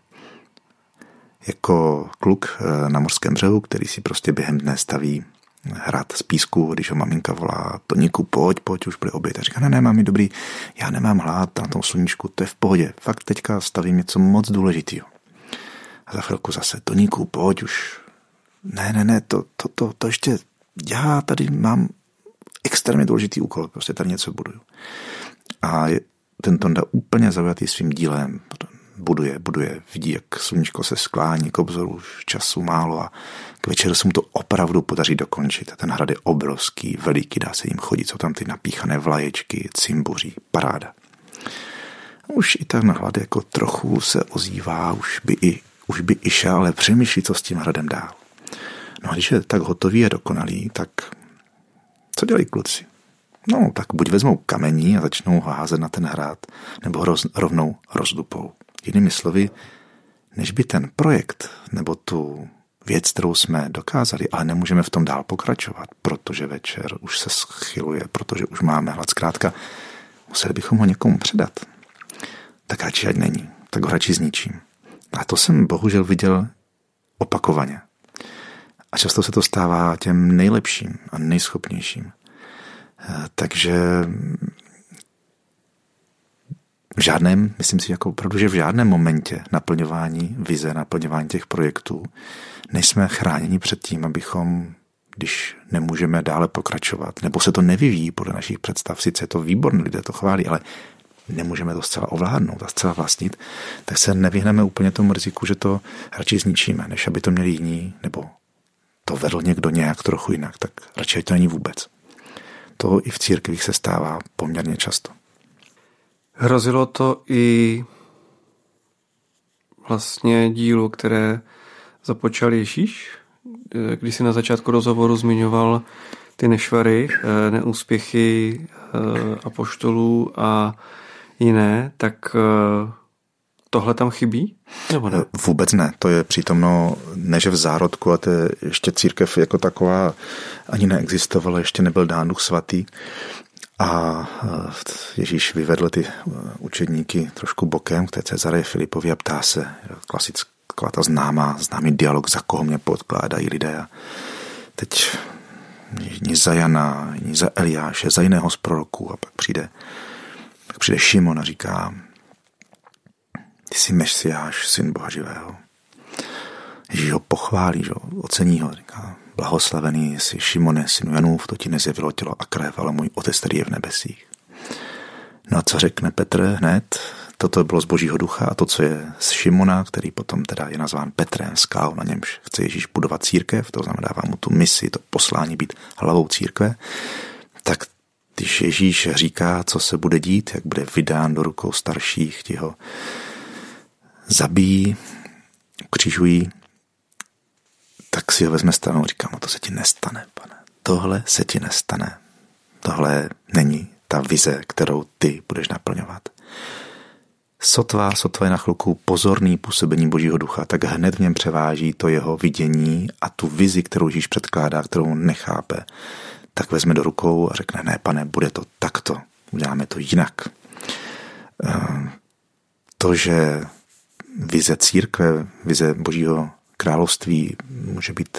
jako kluk eh, na mořském břehu, který si prostě během dne staví hrad z písku, když ho maminka volá: Toníku, pojď, pojď, už bude oběd. A říká: ne, ne, mami, dobrý, já nemám hlad na tom sluníčku, to je v pohodě, fakt teďka stavím něco moc důležitého. A za chvilku zase: Toníku, pojď už, ne, ne, ne, to, to, to, to ještě, já tady mám extrémně důležitý úkol, prostě tady něco buduju. A ten Tonda úplně zaujatý svým dílem, buduje, buduje, vidí, jak sluníčko se sklání k obzoru, už času málo a k večeru se mu to opravdu podaří dokončit. A ten hrad je obrovský, veliký, dá se jim chodit, jsou tam ty napíchané vlaječky, cimbuří, paráda. Už i ten hlad jako trochu se ozývá, už by i, už by i šel, ale přemýšlí, co s tím hradem dál. No a když je tak hotový a dokonalý, tak co dělají kluci? No, tak buď vezmou kamení a začnou ho házet na ten hrad, nebo ho roz, rovnou rozdupou. Jinými slovy, než by ten projekt nebo tu věc, kterou jsme dokázali, ale nemůžeme v tom dál pokračovat, protože večer už se schyluje, protože už máme hlad. Zkrátka, museli bychom ho někomu předat. Tak radši ať není, tak ho radši zničím. A to jsem bohužel viděl opakovaně. A často se to stává těm nejlepším a nejschopnějším. Takže v žádném, myslím si, jako opravdu, že v žádném momentě naplňování vize, naplňování těch projektů nejsme chráněni před tím, abychom, když nemůžeme dále pokračovat, nebo se to nevyvíjí podle našich představ, sice je to výborné, lidé to chválí, ale nemůžeme to zcela ovládnout a zcela vlastnit, tak se nevyhneme úplně tomu riziku, že to radši zničíme, než aby to měli jiní, nebo to vedl někdo nějak trochu jinak, tak radši to není vůbec. To i v církvích se stává poměrně často. Hrozilo to i vlastně dílu, které započal Ježíš, když si na začátku rozhovoru zmiňoval ty nešvary, neúspěchy apoštolů a jiné, tak tohle tam chybí? Nebo ne? Vůbec ne. To je přítomno neže v zárodku, a to je ještě církev jako taková ani neexistovala, ještě nebyl dán Duch Svatý. A Ježíš vyvedl ty učedníky trošku bokem k té Cezareji Filipovi a ptá se, klasická ta známá, známý dialog, za koho mě podkládají lidé. A teď ni za Jana, ni za Eliáše, za jiného z proroků. A pak přijde, pak přijde Šimon a říká, ty jsi Mesiáš, syn Boha živého. Ježíš ho pochválí, že? Ocení ho, říká, blahoslavený jsi Šimone, synu Janův, to ti nezjevilo tělo a krev, ale můj otec, který je v nebesích. No a co řekne Petr hned? Toto bylo z Božího ducha a to, co je z Šimona, který potom teda je nazván Petrem, skál, na němž chce Ježíš budovat církev, to znamená dává mu tu misi, to poslání být hlavou církve, tak když Ježíš říká, co se bude dít, jak bude vydán do rukou starších, ti ho zabijí, ukřižují, tak si ho vezme stranou a říká, no to se ti nestane, pane. Tohle se ti nestane. Tohle není ta vize, kterou ty budeš naplňovat. Sotva, sotva je na chvilku pozorný působení Božího ducha, tak hned v něm převáží to jeho vidění a tu vizi, kterou Ježíš předkládá, kterou nechápe, tak vezme do rukou a řekne, ne, pane, bude to takto, uděláme to jinak. To, že vize církve, vize Božího království může být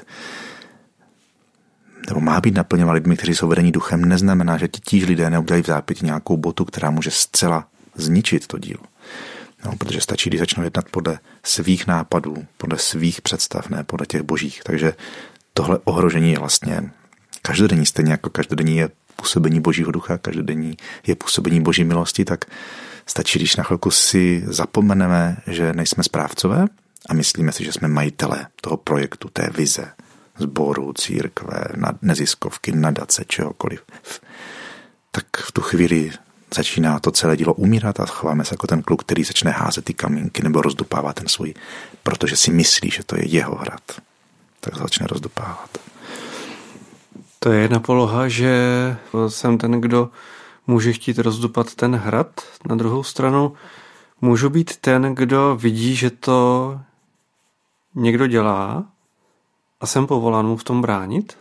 nebo má být naplňována lidmi, kteří jsou vedení duchem, neznamená, že ti tíž lidé neudělají v zápěti nějakou botu, která může zcela zničit to dílo. No, protože stačí, když začnou jednat podle svých nápadů, podle svých představ, ne podle těch božích. Takže tohle ohrožení je vlastně každodenní, stejně jako každodenní je působení Božího ducha, každodenní je působení Boží milosti, tak stačí, když na chvilku si zapomeneme, že nejsme správcové a myslíme si, že jsme majitelé toho projektu, té vize, sboru, církve, neziskovky, nadace, čehokoliv. Tak v tu chvíli začíná to celé dílo umírat a chováme se jako ten kluk, který začne házet ty kamínky nebo rozdupává ten svůj, protože si myslí, že to je jeho hrad. Tak začne rozdupávat. To je jedna poloha, že jsem ten, kdo může chtít rozdupat ten hrad. Na druhou stranu můžu být ten, kdo vidí, že to někdo dělá a jsem povolán mu v tom bránit?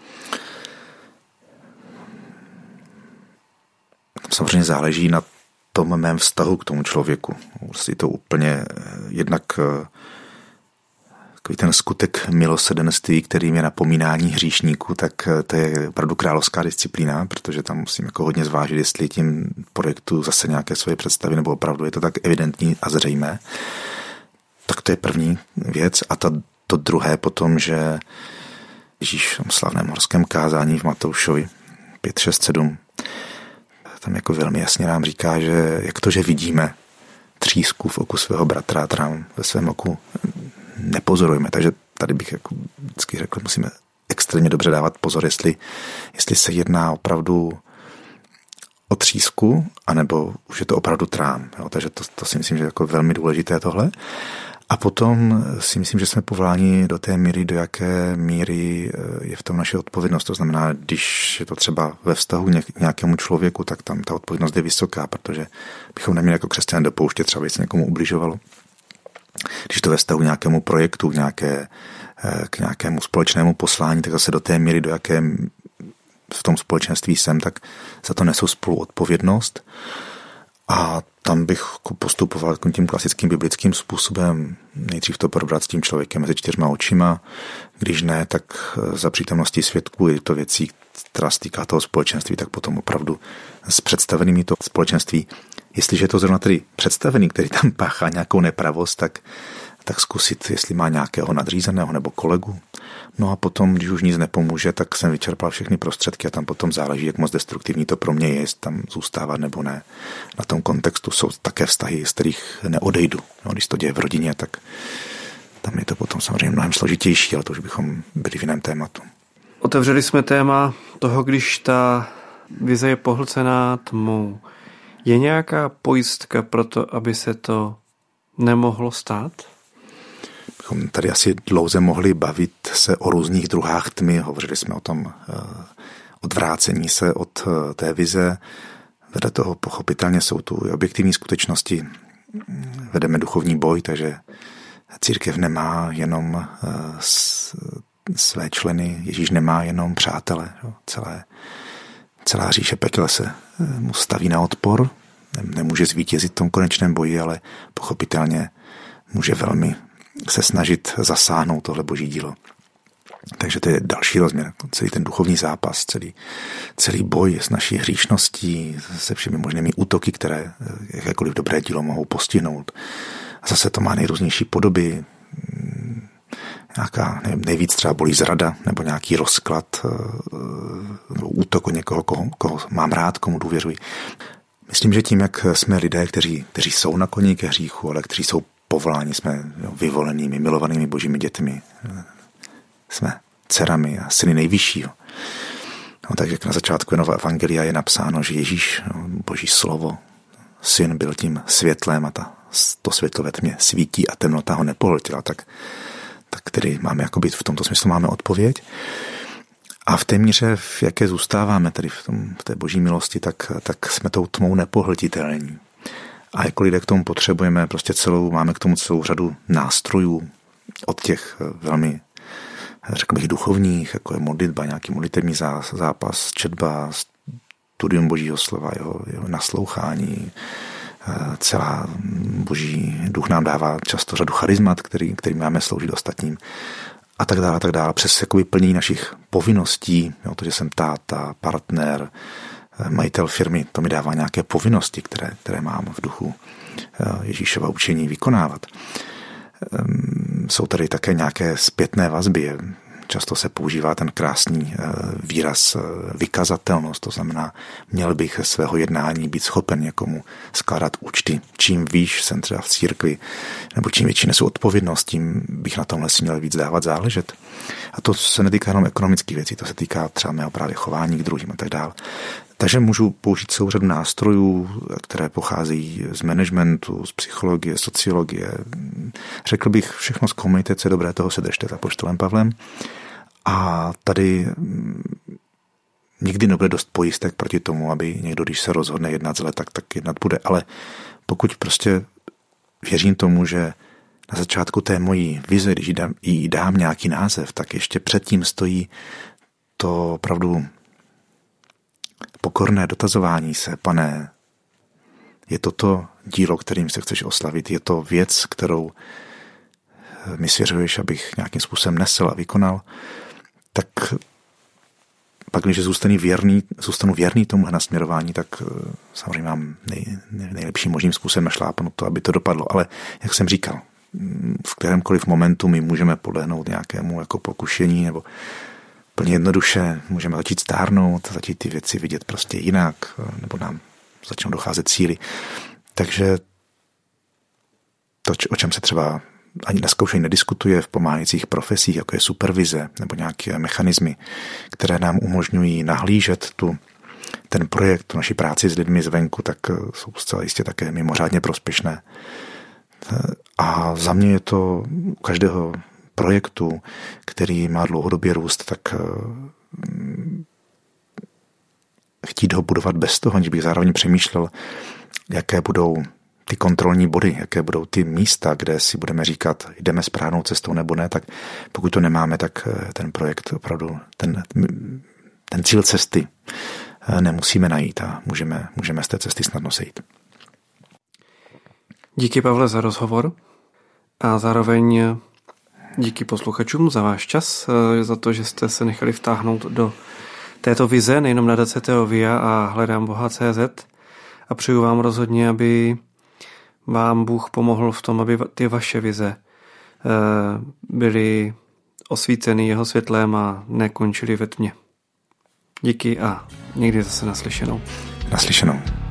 Samozřejmě záleží na tom mém vztahu k tomu člověku. Je to úplně jednak takový ten skutek milosrdenství, kterým je napomínání hříšníků, tak to je opravdu královská disciplína, protože tam musím jako hodně zvážit, jestli tím projektu zase nějaké svoje představy, nebo opravdu je to tak evidentní a zřejmé. Tak to je první věc. A ta, to druhé potom, že Ježíš v slavném horském kázání v Matoušovi pět, šest, sedm tam jako velmi jasně nám říká, že jak to, že vidíme třísku v oku svého bratra a trám ve svém oku nepozorujeme. Takže tady bych jako vždycky řekl, musíme extrémně dobře dávat pozor, jestli, jestli se jedná opravdu o třísku, anebo už je to opravdu trám. Jo? Takže to, to si myslím, že je jako velmi důležité tohle. A potom si myslím, že jsme povoláni do té míry, do jaké míry je v tom naše odpovědnost. To znamená, když je to třeba ve vztahu k nějakému člověku, tak tam ta odpovědnost je vysoká, protože bychom neměli jako křesťané dopouštět, třeba by se někomu ubližovalo. když to ve vztahu k nějakému projektu, k, nějaké, k nějakému společnému poslání, tak zase do té míry, do jaké v tom společenství jsem, tak za to nesou spolu odpovědnost. A tam bych postupoval tím klasickým biblickým způsobem. Nejdřív to probrat s tím člověkem mezi čtyřma očima. Když ne, tak za přítomnosti svědků je to věcí, která se týká toho společenství, tak potom opravdu s představenými to společenství. Jestliže je to zrovna tedy představený, který tam páchá nějakou nepravost, tak, tak zkusit, jestli má nějakého nadřízeného nebo kolegu. No a potom, když už nic nepomůže, tak jsem vyčerpal všechny prostředky a tam potom záleží, jak moc destruktivní to pro mě je, jestli tam zůstávat nebo ne. Na tom kontextu jsou také vztahy, z kterých neodejdu. No, když to děje v rodině, tak tam je to potom samozřejmě mnohem složitější, ale to už bychom byli v jiném tématu. Otevřeli jsme téma toho, když ta vize je pohlcená tmou. Je nějaká pojistka pro to, aby se to nemohlo stát? Bychom tady asi dlouze mohli bavit se o různých druhách tmy. Hovořili jsme o tom odvrácení se od té vize. Vedle toho pochopitelně jsou tu i objektivní skutečnosti. Vedeme duchovní boj, takže církev nemá jenom své členy, Ježíš nemá jenom přátele. Celé, celá říše pekel se mu staví na odpor. Nemůže zvítězit v tom konečném boji, ale pochopitelně může velmi se snažit zasáhnout tohle boží dílo. Takže to je další rozměr. Celý ten duchovní zápas, celý, celý boj s naší hříšností, se všemi možnými útoky, které jakékoliv dobré dílo mohou postihnout. A zase to má nejrůznější podoby. Nějaká, nevím, nejvíc třeba bolí zrada, nebo nějaký rozklad, nebo útok od někoho, koho, koho mám rád, komu důvěřuji. Myslím, že tím, jak jsme lidé, kteří, kteří jsou nakloněni ke hříchu, ale kteří jsou povoláni, jsme vyvolenými, milovanými božími dětmi, jsme dcerami a syny nejvyššího. No, takže na začátku Nového evangelia je napsáno, že Ježíš, no, boží slovo, syn byl tím světlem a ta, to světlo ve tmě svítí a temnota ho nepohltila, tak, tak tedy máme jakoby v tomto smyslu máme odpověď. A v té míře, v jaké zůstáváme tedy v, tom, v té boží milosti, tak, tak jsme tou tmou nepohltitelní. A jako lidé k tomu potřebujeme prostě celou, máme k tomu celou řadu nástrojů od těch velmi, řekl bych, duchovních, jako je modlitba, nějaký modlitevní zápas, četba, studium božího slova, jeho, jeho naslouchání. Celá boží duch nám dává často řadu charizmat, který, který máme sloužit ostatním. A tak dále, a tak dále. Přes jakoby plnění našich povinností, jo, to, že jsem táta, partner, majitel firmy, to mi dává nějaké povinnosti, které, které mám v duchu Ježíšova učení vykonávat. Jsou tady také nějaké zpětné vazby. Často se používá ten krásný výraz vykazatelnost, to znamená, měl bych svého jednání být schopen někomu skládat účty. Čím výš jsem třeba v církvi, nebo čím větší nesu odpovědnost, tím bych na tomhle si měl víc dávat záležet. A to se netýká jenom ekonomických věcí, to se týká třeba mého právě chování k druhým a tak dále. Takže můžu použít celou řadu nástrojů, které pocházejí z managementu, z psychologie, sociologie. Řekl bych, všechno zkoumejte, co je dobré, toho se držte za apoštolem Pavlem. A tady nikdy nebude dost pojistek proti tomu, aby někdo, když se rozhodne jednat zle, tak, tak jednat bude. Ale pokud prostě věřím tomu, že na začátku té mojí vize, když jí dám, jí dám nějaký název, tak ještě předtím stojí to opravdu pokorné dotazování se, Pane, je to to dílo, kterým se chceš oslavit, je to věc, kterou mi svěřuješ, abych nějakým způsobem nesl a vykonal, tak pak, když zůstanu věrný, zůstanu věrný tomu nasměrování, tak samozřejmě mám nej, nejlepším možným způsobem našlápnout to, aby to dopadlo. Ale jak jsem říkal, v kterémkoliv momentu my můžeme podlehnout nějakému jako pokušení nebo plně jednoduše můžeme začít stárnout, začít ty věci vidět prostě jinak, nebo nám začnou docházet síly. Takže to, o čem se třeba ani na zkoušení nediskutuje v pomáhajících profesích, jako je supervize nebo nějaké mechanismy, které nám umožňují nahlížet tu, ten projekt, tu naši práci s lidmi zvenku, tak jsou zcela jistě také mimořádně prospěšné. A za mě je to u každého projektu, který má dlouhodobě růst, tak chtít ho budovat bez toho, aniž bych zároveň přemýšlel, jaké budou ty kontrolní body, jaké budou ty místa, kde si budeme říkat, jdeme správnou cestou nebo ne, tak pokud to nemáme, tak ten projekt opravdu, ten, ten cíl cesty nemusíme najít a můžeme, můžeme z té cesty snadno sejít. Díky, Pavle, za rozhovor a zároveň díky posluchačům za váš čas, za to, že jste se nechali vtáhnout do této vize, nejenom nadace Teovia a Hledám Boha tečka cé zet, a přeju vám rozhodně, aby vám Bůh pomohl v tom, aby ty vaše vize byly osvíceny jeho světlem a nekončily ve tmě. Díky a někdy zase naslyšenou. Naslyšenou.